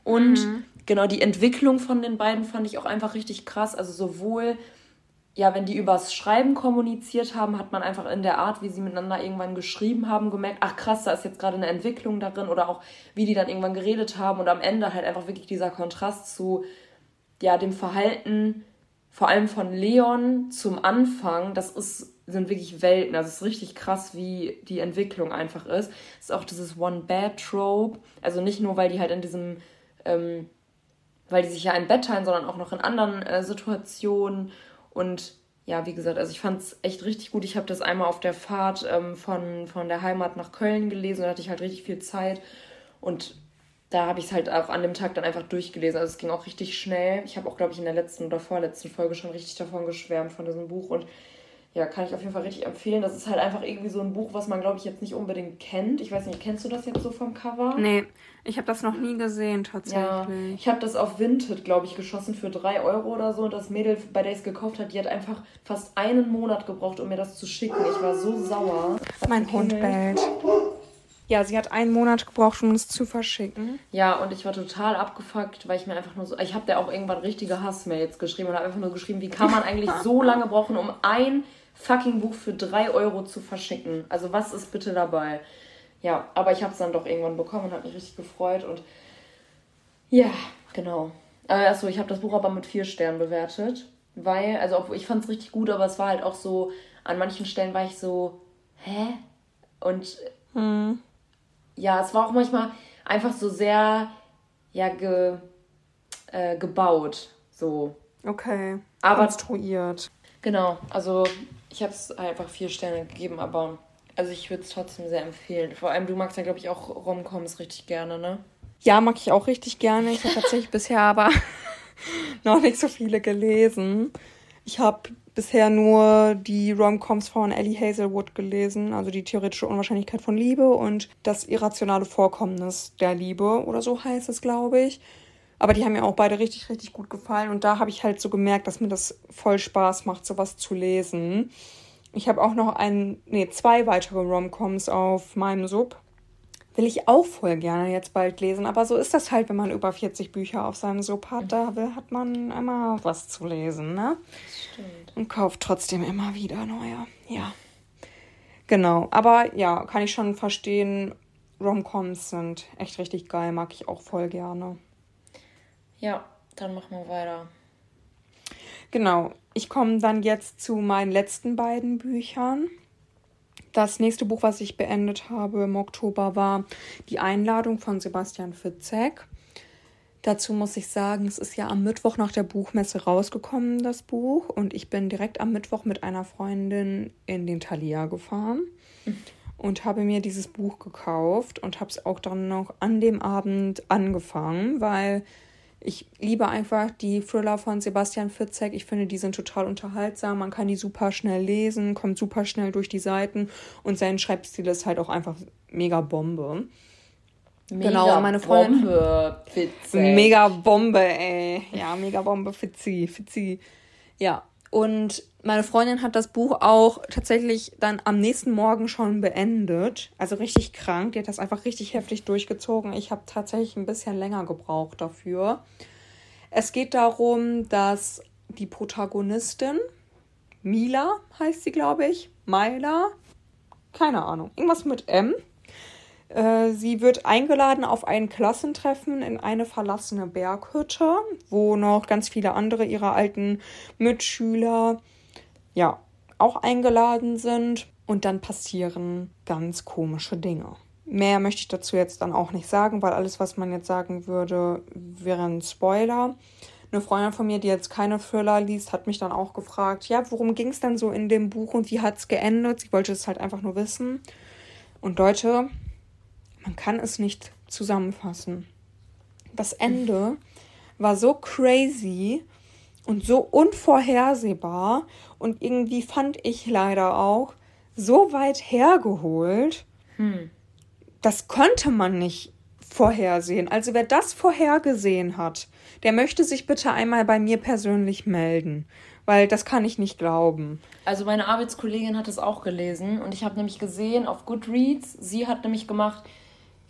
Und mhm. genau, die Entwicklung von den beiden fand ich auch einfach richtig krass. Also sowohl, ja, wenn die übers Schreiben kommuniziert haben, hat man einfach in der Art, wie sie miteinander irgendwann geschrieben haben, gemerkt, ach krass, da ist jetzt gerade eine Entwicklung darin. Oder auch, wie die dann irgendwann geredet haben. Und am Ende halt einfach wirklich dieser Kontrast zu, ja, dem Verhalten, vor allem von Leon zum Anfang, das ist, sind wirklich Welten. Also es ist richtig krass, wie die Entwicklung einfach ist. Es ist auch dieses One-Bad-Trope. Also nicht nur, weil die halt in diesem, ähm, weil die sich ja ein Bett teilen, sondern auch noch in anderen äh, Situationen. Und ja, wie gesagt, also ich fand es echt richtig gut. Ich habe das einmal auf der Fahrt ähm, von, von der Heimat nach Köln gelesen. Da hatte ich halt richtig viel Zeit. Und da habe ich es halt auch an dem Tag dann einfach durchgelesen. Also es ging auch richtig schnell. Ich habe auch, glaube ich, in der letzten oder vorletzten Folge schon richtig davon geschwärmt, von diesem Buch. Und ja, kann ich auf jeden Fall richtig empfehlen. Das ist halt einfach irgendwie so ein Buch, was man, glaube ich, jetzt nicht unbedingt kennt. Ich weiß nicht, kennst du das jetzt so vom Cover? Nee, ich habe das noch nie gesehen, tatsächlich. Ja, ich habe das auf Vinted, glaube ich, geschossen für drei Euro oder so. Und das Mädel, bei der ich es gekauft hat, die hat einfach fast einen Monat gebraucht, um mir das zu schicken. Ich war so sauer. Mein Hund bellt. Ja, sie hat einen Monat gebraucht, um es zu verschicken. Ja, und ich war total abgefuckt, weil ich mir einfach nur so... Ich habe da auch irgendwann richtige Hassmails geschrieben und habe einfach nur geschrieben, wie kann man eigentlich so lange brauchen, um ein fucking Buch für drei Euro zu verschicken? Also was ist bitte dabei? Ja, aber ich habe es dann doch irgendwann bekommen und habe mich richtig gefreut. Und ja, genau. Äh, achso, ich habe das Buch aber mit vier Sternen bewertet. Weil, also auch, ich fand es richtig gut, aber es war halt auch so... An manchen Stellen war ich so... Hä? Und... Hm. Ja, es war auch manchmal einfach so sehr, ja, ge, äh, gebaut, so. Okay, aber konstruiert. Genau, also ich habe es einfach vier Sterne gegeben, aber also ich würde es trotzdem sehr empfehlen. Vor allem, du magst ja, glaube ich, auch Rom-Coms richtig gerne, ne? Ja, mag ich auch richtig gerne. Ich habe tatsächlich bisher aber noch nicht so viele gelesen. Ich habe bisher nur die Rom-Coms von Ellie Hazelwood gelesen, also die theoretische Unwahrscheinlichkeit von Liebe und das irrationale Vorkommnis der Liebe oder so heißt es, glaube ich. Aber die haben mir auch beide richtig, richtig gut gefallen und da habe ich halt so gemerkt, dass mir das voll Spaß macht, sowas zu lesen. Ich habe auch noch ein, nee, zwei weitere Rom-Coms auf meinem Sub. Will ich auch voll gerne jetzt bald lesen, aber so ist das halt, wenn man über vierzig Bücher auf seinem Sub hat, da will, hat man immer was zu lesen, ne? Stimmt. Und kauft trotzdem immer wieder neue, ja. Genau, aber ja, kann ich schon verstehen, Rom-Coms sind echt richtig geil, mag ich auch voll gerne. Ja, dann machen wir weiter. Genau, ich komme dann jetzt zu meinen letzten beiden Büchern. Das nächste Buch, was ich beendet habe im Oktober, war Die Einladung von Sebastian Fitzek. Dazu muss ich sagen, es ist ja am Mittwoch nach der Buchmesse rausgekommen, das Buch. Und ich bin direkt am Mittwoch mit einer Freundin in den Thalia gefahren mhm. und habe mir dieses Buch gekauft und habe es auch dann noch an dem Abend angefangen, weil ich liebe einfach die Thriller von Sebastian Fitzek. Ich finde, die sind total unterhaltsam. Man kann die super schnell lesen, kommt super schnell durch die Seiten. Und sein Schreibstil ist halt auch einfach mega Bombe. Mega genau, meine Freundin, Bombe, Fitzek. Mega Bombe, ey. Ja, mega Bombe, Fitzi, Fitzi. Ja, und meine Freundin hat das Buch auch tatsächlich dann am nächsten Morgen schon beendet. Also richtig krank. Die hat das einfach richtig heftig durchgezogen. Ich habe tatsächlich ein bisschen länger gebraucht dafür. Es geht darum, dass die Protagonistin, Mila heißt sie, glaube ich, Myla, keine Ahnung, irgendwas mit M. Äh, sie wird eingeladen auf ein Klassentreffen in eine verlassene Berghütte, wo noch ganz viele andere ihrer alten Mitschüler ja auch eingeladen sind. Und dann passieren ganz komische Dinge. Mehr möchte ich dazu jetzt dann auch nicht sagen, weil alles, was man jetzt sagen würde, wäre ein Spoiler. Eine Freundin von mir, die jetzt keine Thriller liest, hat mich dann auch gefragt, ja, worum ging es denn so in dem Buch und wie hat es geendet? Sie wollte es halt einfach nur wissen. Und Leute, man kann es nicht zusammenfassen. Das Ende war so crazy und so unvorhersehbar und irgendwie fand ich leider auch so weit hergeholt, hm. das konnte man nicht vorhersehen. Also wer das vorhergesehen hat, der möchte sich bitte einmal bei mir persönlich melden, weil das kann ich nicht glauben. Also meine Arbeitskollegin hat es auch gelesen und ich habe nämlich gesehen auf Goodreads, sie hat nämlich gemacht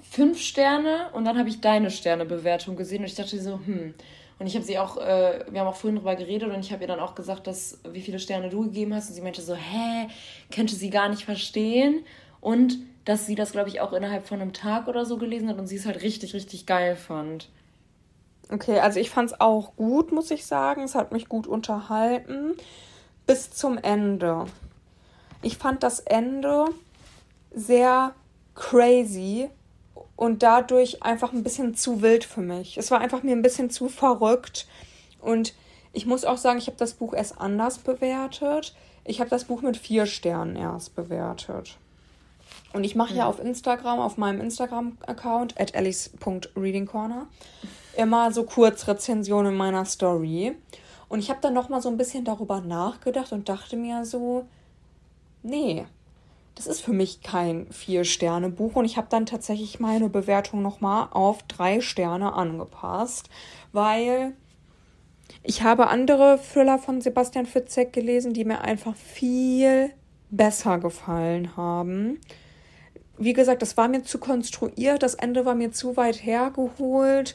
fünf Sterne und dann habe ich deine Sternebewertung gesehen und ich dachte so, hm. Und ich habe sie auch, äh, wir haben auch vorhin drüber geredet und ich habe ihr dann auch gesagt, dass wie viele Sterne du gegeben hast. Und sie meinte so, hä, könnte sie gar nicht verstehen. Und dass sie das, glaube ich, auch innerhalb von einem Tag oder so gelesen hat und sie es halt richtig, richtig geil fand. Okay, also ich fand es auch gut, muss ich sagen. Es hat mich gut unterhalten. Bis zum Ende. Ich fand das Ende sehr crazy und dadurch einfach ein bisschen zu wild für mich. Es war einfach mir ein bisschen zu verrückt. Und ich muss auch sagen, ich habe das Buch erst anders bewertet. Ich habe das Buch mit vier Sternen erst bewertet. Und ich mache ja auf Instagram, auf meinem Instagram-Account, at alice punkt reading corner, immer so Kurzrezensionen in meiner Story. Und ich habe dann noch mal so ein bisschen darüber nachgedacht und dachte mir so, nee, das ist für mich kein Vier-Sterne-Buch. Und ich habe dann tatsächlich meine Bewertung noch mal auf drei Sterne angepasst, weil ich habe andere Thriller von Sebastian Fitzek gelesen, die mir einfach viel besser gefallen haben. Wie gesagt, das war mir zu konstruiert, das Ende war mir zu weit hergeholt.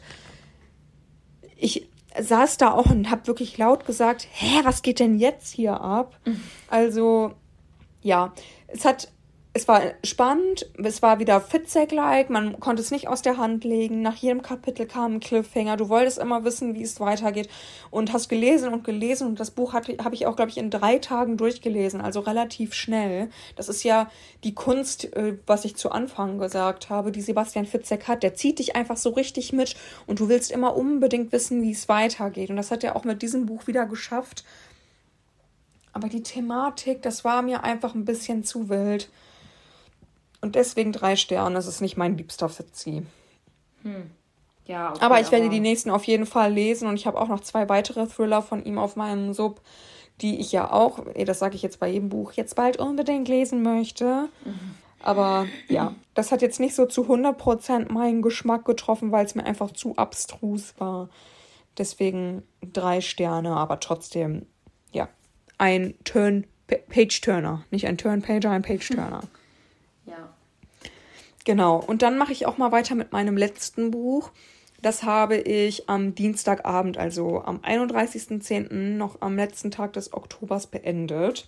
Ich saß da auch und habe wirklich laut gesagt, hä, was geht denn jetzt hier ab? Mhm. Also, ja, es hat, es war spannend, es war wieder Fitzek-like, man konnte es nicht aus der Hand legen, nach jedem Kapitel kam ein Cliffhanger, du wolltest immer wissen, wie es weitergeht und hast gelesen und gelesen und das Buch habe ich auch, glaube ich, in drei Tagen durchgelesen, also relativ schnell. Das ist ja die Kunst, was ich zu Anfang gesagt habe, die Sebastian Fitzek hat, der zieht dich einfach so richtig mit und du willst immer unbedingt wissen, wie es weitergeht und das hat er auch mit diesem Buch wieder geschafft. Aber die Thematik, das war mir einfach ein bisschen zu wild. Und deswegen drei Sterne, das ist nicht mein liebster Fitzi. Hm. Ja, okay, aber ich werde aber die nächsten auf jeden Fall lesen und ich habe auch noch zwei weitere Thriller von ihm auf meinem Sub, die ich ja auch, das sage ich jetzt bei jedem Buch, jetzt bald unbedingt lesen möchte. Mhm. Aber ja, das hat jetzt nicht so zu hundert Prozent meinen Geschmack getroffen, weil es mir einfach zu abstrus war. Deswegen drei Sterne, aber trotzdem, ja, ein Turn, Page-Turner. Nicht ein Turn-Pager, ein Page-Turner. Ja. Genau. Und dann mache ich auch mal weiter mit meinem letzten Buch. Das habe ich am Dienstagabend, also am einunddreißigsten zehnten noch am letzten Tag des Oktobers beendet.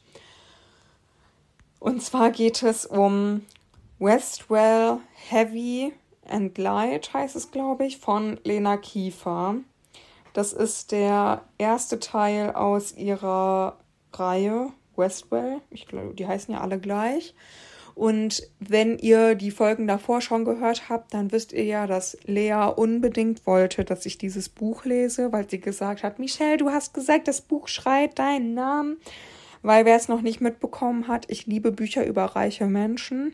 Und zwar geht es um Westwell Heavy and Light, heißt es, glaube ich, von Lena Kiefer. Das ist der erste Teil aus ihrer Reihe Westwell. Ich glaube, die heißen ja alle gleich. Und wenn ihr die Folgen davor schon gehört habt, dann wisst ihr ja, dass Lea unbedingt wollte, dass ich dieses Buch lese, weil sie gesagt hat, Michelle, du hast gesagt, das Buch schreit deinen Namen. Weil wer es noch nicht mitbekommen hat, ich liebe Bücher über reiche Menschen.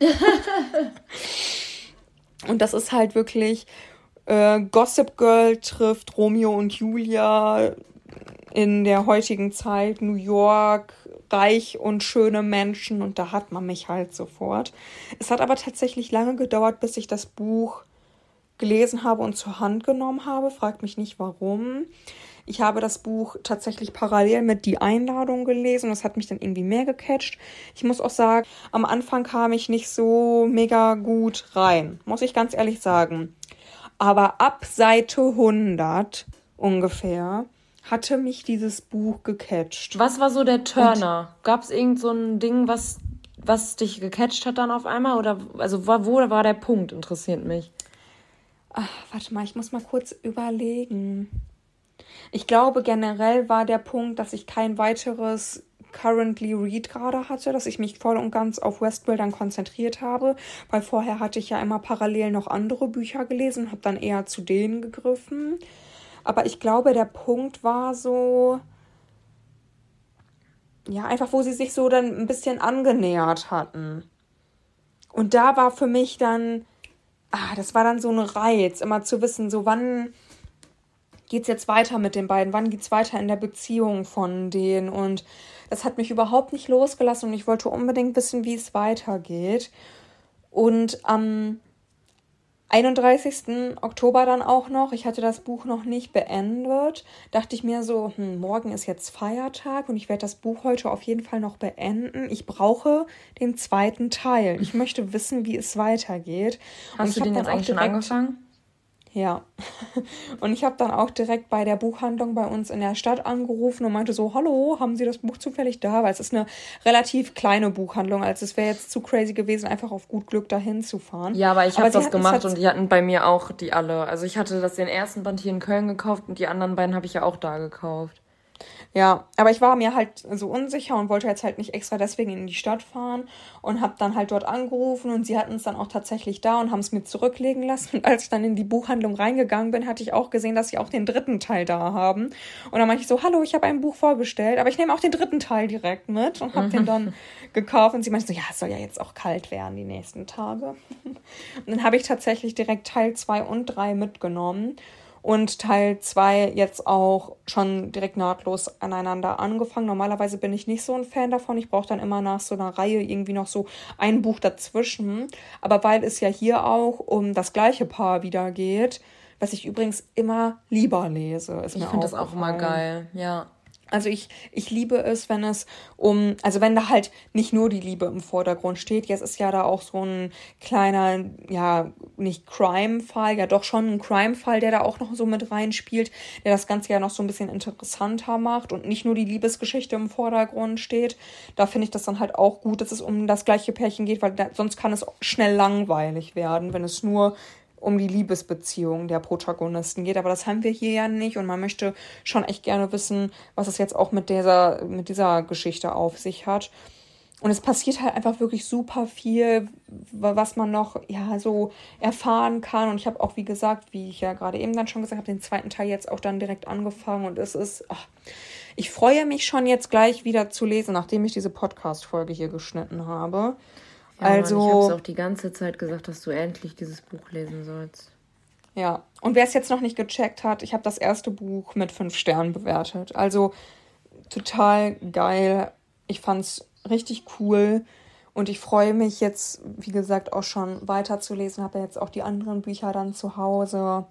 Und das ist halt wirklich äh, Gossip Girl trifft Romeo und Julia in der heutigen Zeit, New York, reich und schöne Menschen und da hat man mich halt sofort. Es hat aber tatsächlich lange gedauert, bis ich das Buch gelesen habe und zur Hand genommen habe. Fragt mich nicht, warum. Ich habe das Buch tatsächlich parallel mit Die Einladung gelesen. Das hat mich dann irgendwie mehr gecatcht. Ich muss auch sagen, am Anfang kam ich nicht so mega gut rein. Muss ich ganz ehrlich sagen. Aber ab Seite hundert ungefähr hatte mich dieses Buch gecatcht. Was war so der Turner? Gab es irgend so ein Ding, was, was dich gecatcht hat dann auf einmal? Oder also wo, wo war der Punkt? Interessiert mich. Ach, warte mal, ich muss mal kurz überlegen. Ich glaube, generell war der Punkt, dass ich kein weiteres Currently Read gerade hatte, dass ich mich voll und ganz auf Westwell dann konzentriert habe, weil vorher hatte ich ja immer parallel noch andere Bücher gelesen und habe dann eher zu denen gegriffen. Aber ich glaube, der Punkt war so, ja, einfach, wo sie sich so dann ein bisschen angenähert hatten. Und da war für mich dann, ah, das war dann so ein Reiz, immer zu wissen, so wann geht's jetzt weiter mit den beiden, wann geht's weiter in der Beziehung von denen. Und das hat mich überhaupt nicht losgelassen und ich wollte unbedingt wissen, wie es weitergeht. Und am einunddreißigsten Oktober dann auch noch. Ich hatte das Buch noch nicht beendet. Dachte ich mir so, hm, morgen ist jetzt Feiertag und ich werde das Buch heute auf jeden Fall noch beenden. Ich brauche den zweiten Teil. Ich möchte wissen, wie es weitergeht. Hast du den jetzt eigentlich schon angefangen? Ja. Und ich habe dann auch direkt bei der Buchhandlung bei uns in der Stadt angerufen und meinte so, hallo, haben Sie das Buch zufällig da? Weil es ist eine relativ kleine Buchhandlung, also es wäre jetzt zu crazy gewesen, einfach auf gut Glück dahin zu fahren. Ja, aber ich habe das gemacht und die hatten bei mir auch die alle. Also ich hatte das den ersten Band hier in Köln gekauft und die anderen beiden habe ich ja auch da gekauft. Ja, aber ich war mir halt so unsicher und wollte jetzt halt nicht extra deswegen in die Stadt fahren und habe dann halt dort angerufen und sie hatten es dann auch tatsächlich da und haben es mir zurücklegen lassen. Und als ich dann in die Buchhandlung reingegangen bin, hatte ich auch gesehen, dass sie auch den dritten Teil da haben. Und dann meinte ich so, hallo, ich habe ein Buch vorbestellt, aber ich nehme auch den dritten Teil direkt mit und habe mhm. den dann gekauft. Und sie meinte so, ja, es soll ja jetzt auch kalt werden die nächsten Tage. Und dann habe ich tatsächlich direkt Teil zwei und drei mitgenommen. Und Teil zwei jetzt auch schon direkt nahtlos aneinander angefangen. Normalerweise bin ich nicht so ein Fan davon. Ich brauche dann immer nach so einer Reihe irgendwie noch so ein Buch dazwischen. Aber weil es ja hier auch um das gleiche Paar wieder geht, was ich übrigens immer lieber lese, ist mir Ich finde das auch immer geil, ja. Also ich, ich liebe es, wenn es um, also wenn da halt nicht nur die Liebe im Vordergrund steht. Jetzt ist ja da auch so ein kleiner, ja, nicht Crime-Fall, ja doch schon ein Crime-Fall, der da auch noch so mit reinspielt, der das Ganze ja noch so ein bisschen interessanter macht und nicht nur die Liebesgeschichte im Vordergrund steht. Da finde ich das dann halt auch gut, dass es um das gleiche Pärchen geht, weil da, sonst kann es schnell langweilig werden, wenn es nur um die Liebesbeziehung der Protagonisten geht. Aber das haben wir hier ja nicht und man möchte schon echt gerne wissen, was es jetzt auch mit dieser, mit dieser Geschichte auf sich hat. Und es passiert halt einfach wirklich super viel, was man noch ja so erfahren kann. Und ich habe auch, wie gesagt, wie ich ja gerade eben dann schon gesagt habe, den zweiten Teil jetzt auch dann direkt angefangen. Und es ist, ach, ich freue mich schon jetzt gleich wieder zu lesen, nachdem ich diese Podcast-Folge hier geschnitten habe. Ja, also, Mann, ich habe es auch die ganze Zeit gesagt, dass du endlich dieses Buch lesen sollst. Ja, und wer es jetzt noch nicht gecheckt hat, ich habe das erste Buch mit fünf Sternen bewertet. Also total geil. Ich fand's richtig cool und ich freue mich jetzt, wie gesagt, auch schon weiterzulesen. Habe ja jetzt auch die anderen Bücher dann zu Hause.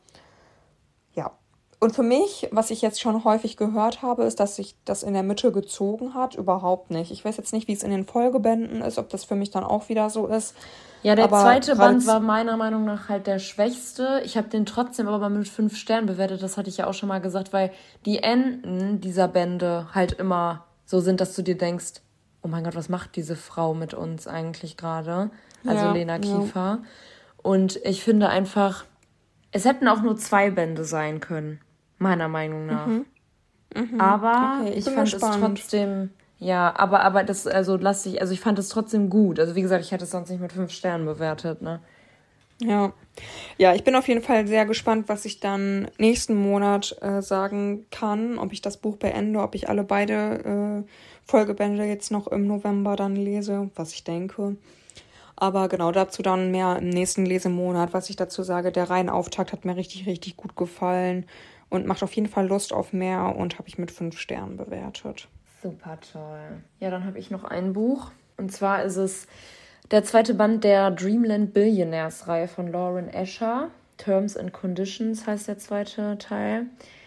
Ja. Und für mich, was ich jetzt schon häufig gehört habe, ist, dass sich das in der Mitte gezogen hat. Überhaupt nicht. Ich weiß jetzt nicht, wie es in den Folgebänden ist, ob das für mich dann auch wieder so ist. Ja, der aber zweite Band war meiner Meinung nach halt der schwächste. Ich habe den trotzdem aber mal mit fünf Sternen bewertet. Das hatte ich ja auch schon mal gesagt, weil die Enden dieser Bände halt immer so sind, dass du dir denkst, oh mein Gott, was macht diese Frau mit uns eigentlich gerade? Also ja, Lena Kiefer. Ja. Und ich finde einfach, es hätten auch nur zwei Bände sein können. Meiner Meinung nach. Mhm. Mhm. Aber okay, ich, ich fand gespannt. es trotzdem, ja, aber, aber das, also lass ich, also ich fand es trotzdem gut. Also wie gesagt, ich hätte es sonst nicht mit fünf Sternen bewertet, ne? Ja. Ja, ich bin auf jeden Fall sehr gespannt, was ich dann nächsten Monat äh, sagen kann, ob ich das Buch beende, ob ich alle beide äh, Folgebände jetzt noch im November dann lese, was ich denke. Aber genau dazu dann mehr im nächsten Lesemonat, was ich dazu sage. Der Reihenauftakt hat mir richtig, richtig gut gefallen und macht auf jeden Fall Lust auf mehr und habe ich mit fünf Sternen bewertet. Super toll. Ja, dann habe ich noch ein Buch. Und zwar ist es der zweite Band der Dreamland Billionaires-Reihe von Lauren Escher. Terms and Conditions heißt der zweite Teil.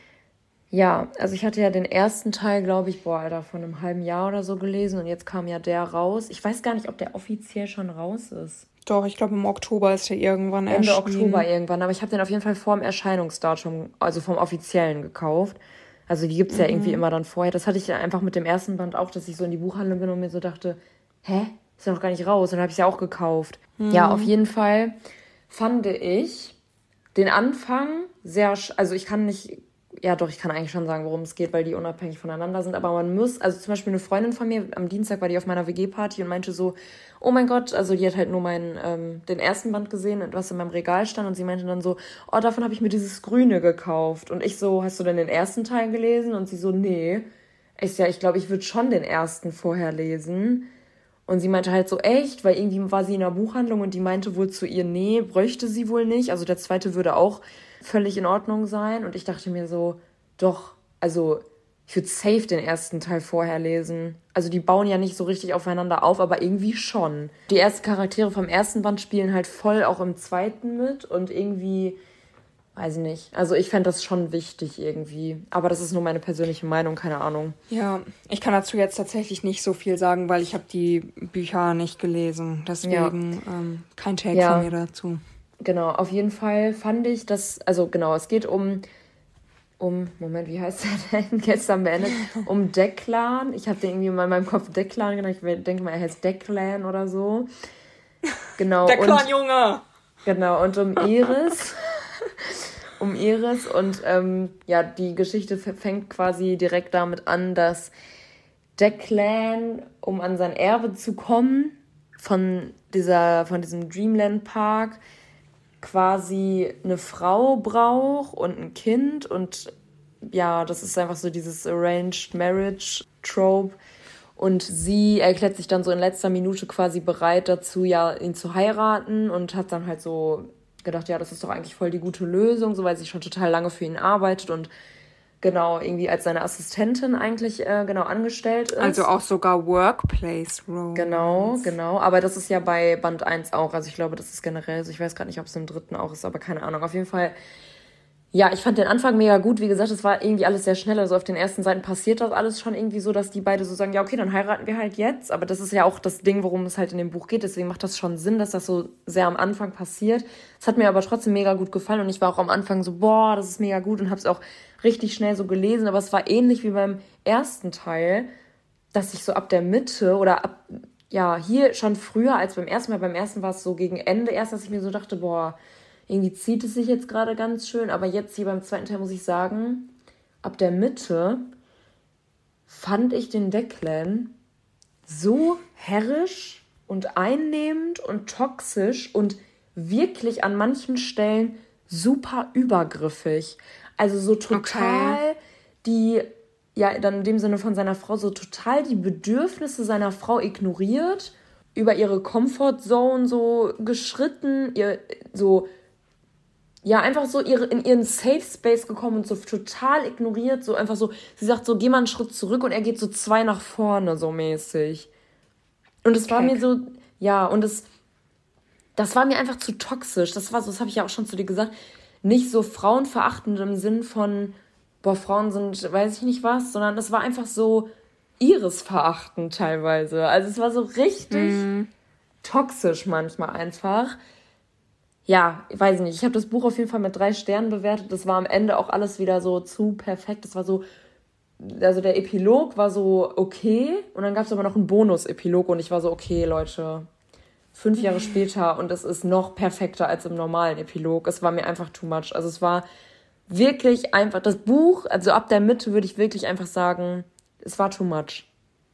Ja, also ich hatte ja den ersten Teil, glaube ich, boah, Alter, vor einem halben Jahr oder so gelesen. Und jetzt kam ja der raus. Ich weiß gar nicht, ob der offiziell schon raus ist. Doch, ich glaube im Oktober ist der irgendwann Ende erschienen. Oktober irgendwann, aber ich habe den auf jeden Fall vor dem Erscheinungsdatum, also vom offiziellen gekauft. Also die gibt's ja mhm. irgendwie immer dann vorher. Das hatte ich ja einfach mit dem ersten Band auch, dass ich so in die Buchhandlung bin und mir so dachte, hä, ist ja noch gar nicht raus. Und dann habe ich ja auch gekauft. Mhm. Ja, auf jeden Fall fand ich den Anfang sehr, also ich kann nicht, ja doch, ich kann eigentlich schon sagen, worum es geht, weil die unabhängig voneinander sind, aber man muss, also zum Beispiel eine Freundin von mir, am Dienstag war die auf meiner W G-Party und meinte so, oh mein Gott, also die hat halt nur meinen, ähm, den ersten Band gesehen, was in meinem Regal stand und sie meinte dann so, oh, davon habe ich mir dieses Grüne gekauft und ich so, hast du denn den ersten Teil gelesen? Und sie so, nee. Ich so, ja, ich glaube, ich würde schon den ersten vorher lesen. Und sie meinte halt so, echt? Weil irgendwie war sie in der Buchhandlung und die meinte wohl zu ihr, nee, bräuchte sie wohl nicht. Also der zweite würde auch völlig in Ordnung sein. Und ich dachte mir so, doch, also ich würde safe den ersten Teil vorher lesen. Also die bauen ja nicht so richtig aufeinander auf, aber irgendwie schon. Die ersten Charaktere vom ersten Band spielen halt voll auch im zweiten mit und irgendwie, weiß ich nicht. Also ich fände das schon wichtig irgendwie. Aber das ist nur meine persönliche Meinung, keine Ahnung. Ja, ich kann dazu jetzt tatsächlich nicht so viel sagen, weil ich habe die Bücher nicht gelesen. Deswegen ja. ähm, kein Take ja. von mir dazu. Genau, auf jeden Fall fand ich das, also genau, es geht um... um, Moment, wie heißt der denn? Gestern beendet. Um Declan. Ich habe den irgendwie mal in meinem Kopf Declan genannt. Ich denke mal, er heißt Declan oder so. Genau. Declan, Junge! Genau, und um Eris. um Eris. Und ähm, ja, die Geschichte fängt quasi direkt damit an, dass Declan, um an sein Erbe zu kommen, von, dieser, von diesem Dreamland Park, quasi eine Frau braucht und ein Kind und ja, das ist einfach so dieses Arranged Marriage Trope und sie erklärt sich dann so in letzter Minute quasi bereit dazu, ja, ihn zu heiraten und hat dann halt so gedacht, ja, das ist doch eigentlich voll die gute Lösung, so weil sie schon total lange für ihn arbeitet und genau, irgendwie als seine Assistentin eigentlich äh, genau angestellt ist. Also auch sogar Workplace Romance. Genau, genau. Aber das ist ja bei Band eins auch. Also ich glaube, das ist generell, also ich weiß gerade nicht, ob es im dritten auch ist, aber keine Ahnung. Auf jeden Fall, ja, ich fand den Anfang mega gut. Wie gesagt, es war irgendwie alles sehr schnell. Also auf den ersten Seiten passiert das alles schon irgendwie so, dass die beide so sagen, ja, okay, dann heiraten wir halt jetzt. Aber das ist ja auch das Ding, worum es halt in dem Buch geht. Deswegen macht das schon Sinn, dass das so sehr am Anfang passiert. Es hat mir aber trotzdem mega gut gefallen und ich war auch am Anfang so, boah, das ist mega gut und habe es auch richtig schnell so gelesen. Aber es war ähnlich wie beim ersten Teil, dass ich so ab der Mitte oder ab, ja, hier schon früher als beim ersten Mal. Beim ersten war es so gegen Ende erst, dass ich mir so dachte, boah, irgendwie zieht es sich jetzt gerade ganz schön, aber jetzt hier beim zweiten Teil muss ich sagen, ab der Mitte fand ich den Declan so herrisch und einnehmend und toxisch und wirklich an manchen Stellen super übergriffig. Also so total okay. die, ja, dann in dem Sinne von seiner Frau, so total die Bedürfnisse seiner Frau ignoriert, über ihre Comfortzone so geschritten, ihr so ja, einfach so ihre, in ihren Safe Space gekommen und so total ignoriert, so einfach so, sie sagt so, geh mal einen Schritt zurück und er geht so zwei nach vorne, so mäßig. Und es war mir so, ja, und es, das war mir einfach zu toxisch, das war so, das habe ich ja auch schon zu dir gesagt, nicht so frauenverachtend im Sinn von, boah, Frauen sind, weiß ich nicht was, sondern es war einfach so Iris-verachtend teilweise, also es war so richtig mm. toxisch manchmal einfach. Ja, ich weiß nicht, ich habe das Buch auf jeden Fall mit drei Sternen bewertet. Das war am Ende auch alles wieder so zu perfekt. Das war so, also der Epilog war so okay und dann gab es aber noch einen Bonus-Epilog und ich war so, okay, Leute, fünf Jahre später und es ist noch perfekter als im normalen Epilog. Es war mir einfach too much. Also es war wirklich einfach, das Buch, also ab der Mitte würde ich wirklich einfach sagen, es war too much.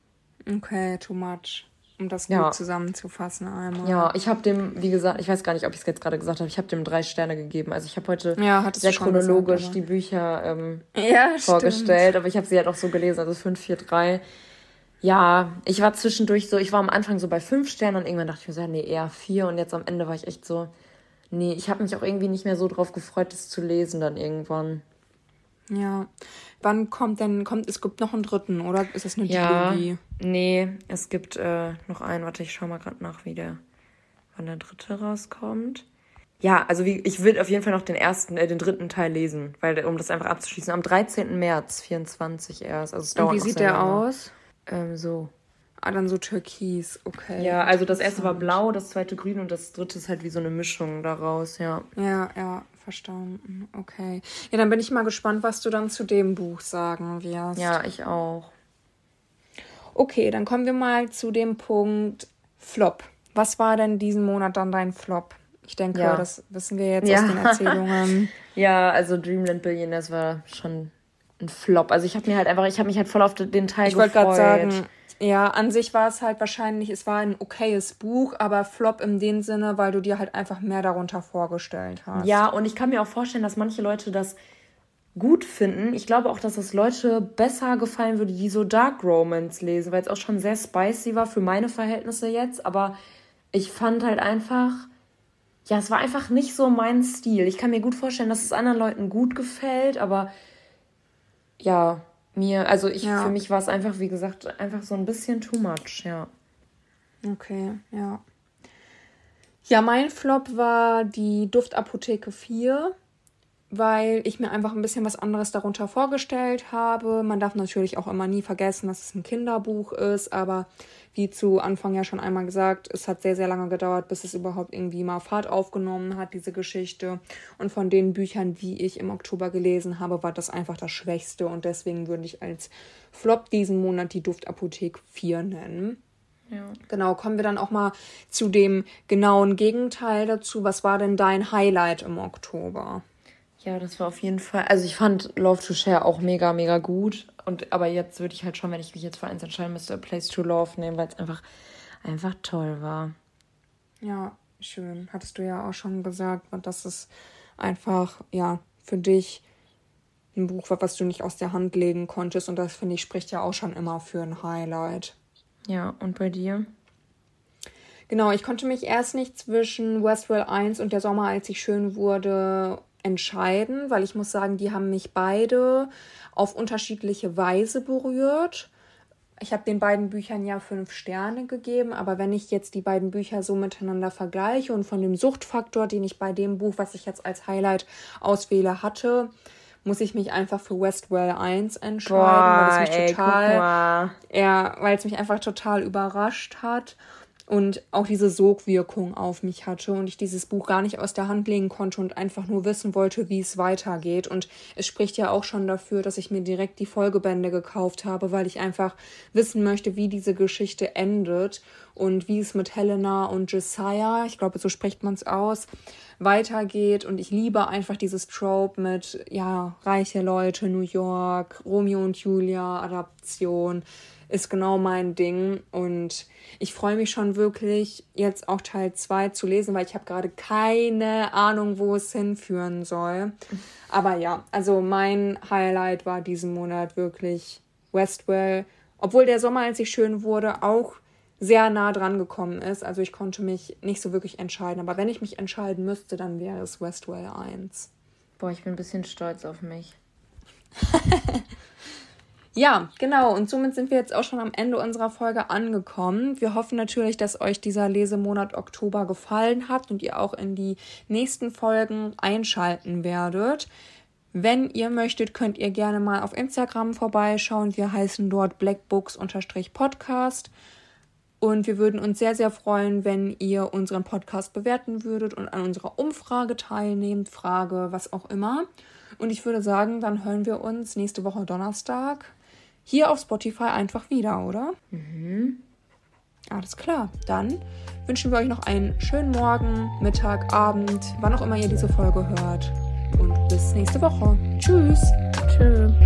Okay, too much. Um das gut ja. zusammenzufassen einmal. Ja, ich habe dem, wie gesagt, ich weiß gar nicht, ob ich es jetzt gerade gesagt habe, ich habe dem drei Sterne gegeben. Also ich habe heute ja, sehr chronologisch gesagt, die Bücher ähm, ja, vorgestellt, stimmt. aber ich habe sie halt auch so gelesen, also fünf, vier, drei. Ja, ich war zwischendurch so, ich war am Anfang so bei fünf Sternen und irgendwann dachte ich mir so, nee, eher vier und jetzt am Ende war ich echt so, nee, ich habe mich auch irgendwie nicht mehr so drauf gefreut, das zu lesen dann irgendwann. Ja. Wann kommt denn, kommt, es gibt noch einen dritten, oder ist das eine ja, Trilogie? Nee, es gibt äh, noch einen, warte, ich schau mal gerade nach, wie der, wann der dritte rauskommt. Ja, also wie, ich will auf jeden Fall noch den ersten, äh, den dritten Teil lesen, weil, um das einfach abzuschließen, am dreizehnten März vierundzwanzig erst, also es dauert noch sehr lange. Und wie sieht der aus? Ähm, so. Ah, dann so türkis, okay. Ja, also das erste war blau, das zweite grün und das dritte ist halt wie so eine Mischung daraus, ja. Ja, ja, verstanden, okay. Ja, dann bin ich mal gespannt, was du dann zu dem Buch sagen wirst. Ja, ich auch. Okay, dann kommen wir mal zu dem Punkt Flop. Was war denn diesen Monat dann dein Flop? Ich denke, ja. das wissen wir jetzt ja. aus den Erzählungen. Ja, also Dreamland Billionaires war schon ein Flop. Also ich habe mir halt einfach, ich habe mich halt voll auf den Teil ich gefreut. Ich wollte gerade sagen, ja, an sich war es halt wahrscheinlich, es war ein okayes Buch, aber Flop in dem Sinne, weil du dir halt einfach mehr darunter vorgestellt hast. Ja, und ich kann mir auch vorstellen, dass manche Leute das gut finden. Ich glaube auch, dass es Leute besser gefallen würde, die so Dark Romance lesen, weil es auch schon sehr spicy war für meine Verhältnisse jetzt. Aber ich fand halt einfach, ja, es war einfach nicht so mein Stil. Ich kann mir gut vorstellen, dass es anderen Leuten gut gefällt, aber ja, mir, also ich, Ja. für mich war es einfach, wie gesagt, einfach so ein bisschen too much, ja. Okay, ja. Ja, mein Flop war die Duftapotheke vier, weil ich mir einfach ein bisschen was anderes darunter vorgestellt habe. Man darf natürlich auch immer nie vergessen, dass es ein Kinderbuch ist, aber wie zu Anfang ja schon einmal gesagt, es hat sehr, sehr lange gedauert, bis es überhaupt irgendwie mal Fahrt aufgenommen hat, diese Geschichte. Und von den Büchern, die ich im Oktober gelesen habe, war das einfach das Schwächste und deswegen würde ich als Flop diesen Monat die Duftapotheke vier nennen. Ja. Genau, kommen wir dann auch mal zu dem genauen Gegenteil dazu. Was war denn dein Highlight im Oktober? Ja, das war auf jeden Fall, also ich fand Love to Share auch mega, mega gut. Und aber jetzt würde ich halt schon, wenn ich mich jetzt für eins entscheiden müsste, A Place to Love nehmen, weil es einfach, einfach toll war. Ja, schön. Hattest du ja auch schon gesagt, dass es einfach, ja, für dich ein Buch war, was du nicht aus der Hand legen konntest. Und das, finde ich, spricht ja auch schon immer für ein Highlight. Ja, und bei dir? Genau, ich konnte mich erst nicht zwischen Westwell eins und Der Sommer, als ich schön wurde, entscheiden, weil ich muss sagen, die haben mich beide auf unterschiedliche Weise berührt. Ich habe den beiden Büchern ja fünf Sterne gegeben, aber wenn ich jetzt die beiden Bücher so miteinander vergleiche und von dem Suchtfaktor, den ich bei dem Buch, was ich jetzt als Highlight auswähle, hatte, muss ich mich einfach für Westwell eins entscheiden, Boah, weil es mich ey, total, guck mal. ja, weil es mich einfach total überrascht hat und auch diese Sogwirkung auf mich hatte und ich dieses Buch gar nicht aus der Hand legen konnte und einfach nur wissen wollte, wie es weitergeht. Und es spricht ja auch schon dafür, dass ich mir direkt die Folgebände gekauft habe, weil ich einfach wissen möchte, wie diese Geschichte endet und wie es mit Helena und Josiah, ich glaube, so spricht man es aus, weitergeht. Und ich liebe einfach dieses Trope mit, ja, reiche Leute, New York, Romeo und Julia, Adaption, ist genau mein Ding. Und ich freue mich schon wirklich, jetzt auch Teil zwei zu lesen, weil ich habe gerade keine Ahnung, wo es hinführen soll. Aber ja, also mein Highlight war diesen Monat wirklich Westwell. Obwohl Der Sommer, als ich schön wurde, auch sehr nah dran gekommen ist. Also ich konnte mich nicht so wirklich entscheiden. Aber wenn ich mich entscheiden müsste, dann wäre es Westwell eins. Boah, ich bin ein bisschen stolz auf mich. Ja, genau. Und somit sind wir jetzt auch schon am Ende unserer Folge angekommen. Wir hoffen natürlich, dass euch dieser Lesemonat Oktober gefallen hat und ihr auch in die nächsten Folgen einschalten werdet. Wenn ihr möchtet, könnt ihr gerne mal auf Instagram vorbeischauen. Wir heißen dort blackbooks-podcast. Und wir würden uns sehr, sehr freuen, wenn ihr unseren Podcast bewerten würdet und an unserer Umfrage teilnehmt, Frage, was auch immer. Und ich würde sagen, dann hören wir uns nächste Woche Donnerstag hier auf Spotify einfach wieder, oder? Mhm. Alles klar. Dann wünschen wir euch noch einen schönen Morgen, Mittag, Abend, wann auch immer ihr diese Folge hört. Und bis nächste Woche. Tschüss. Tschüss.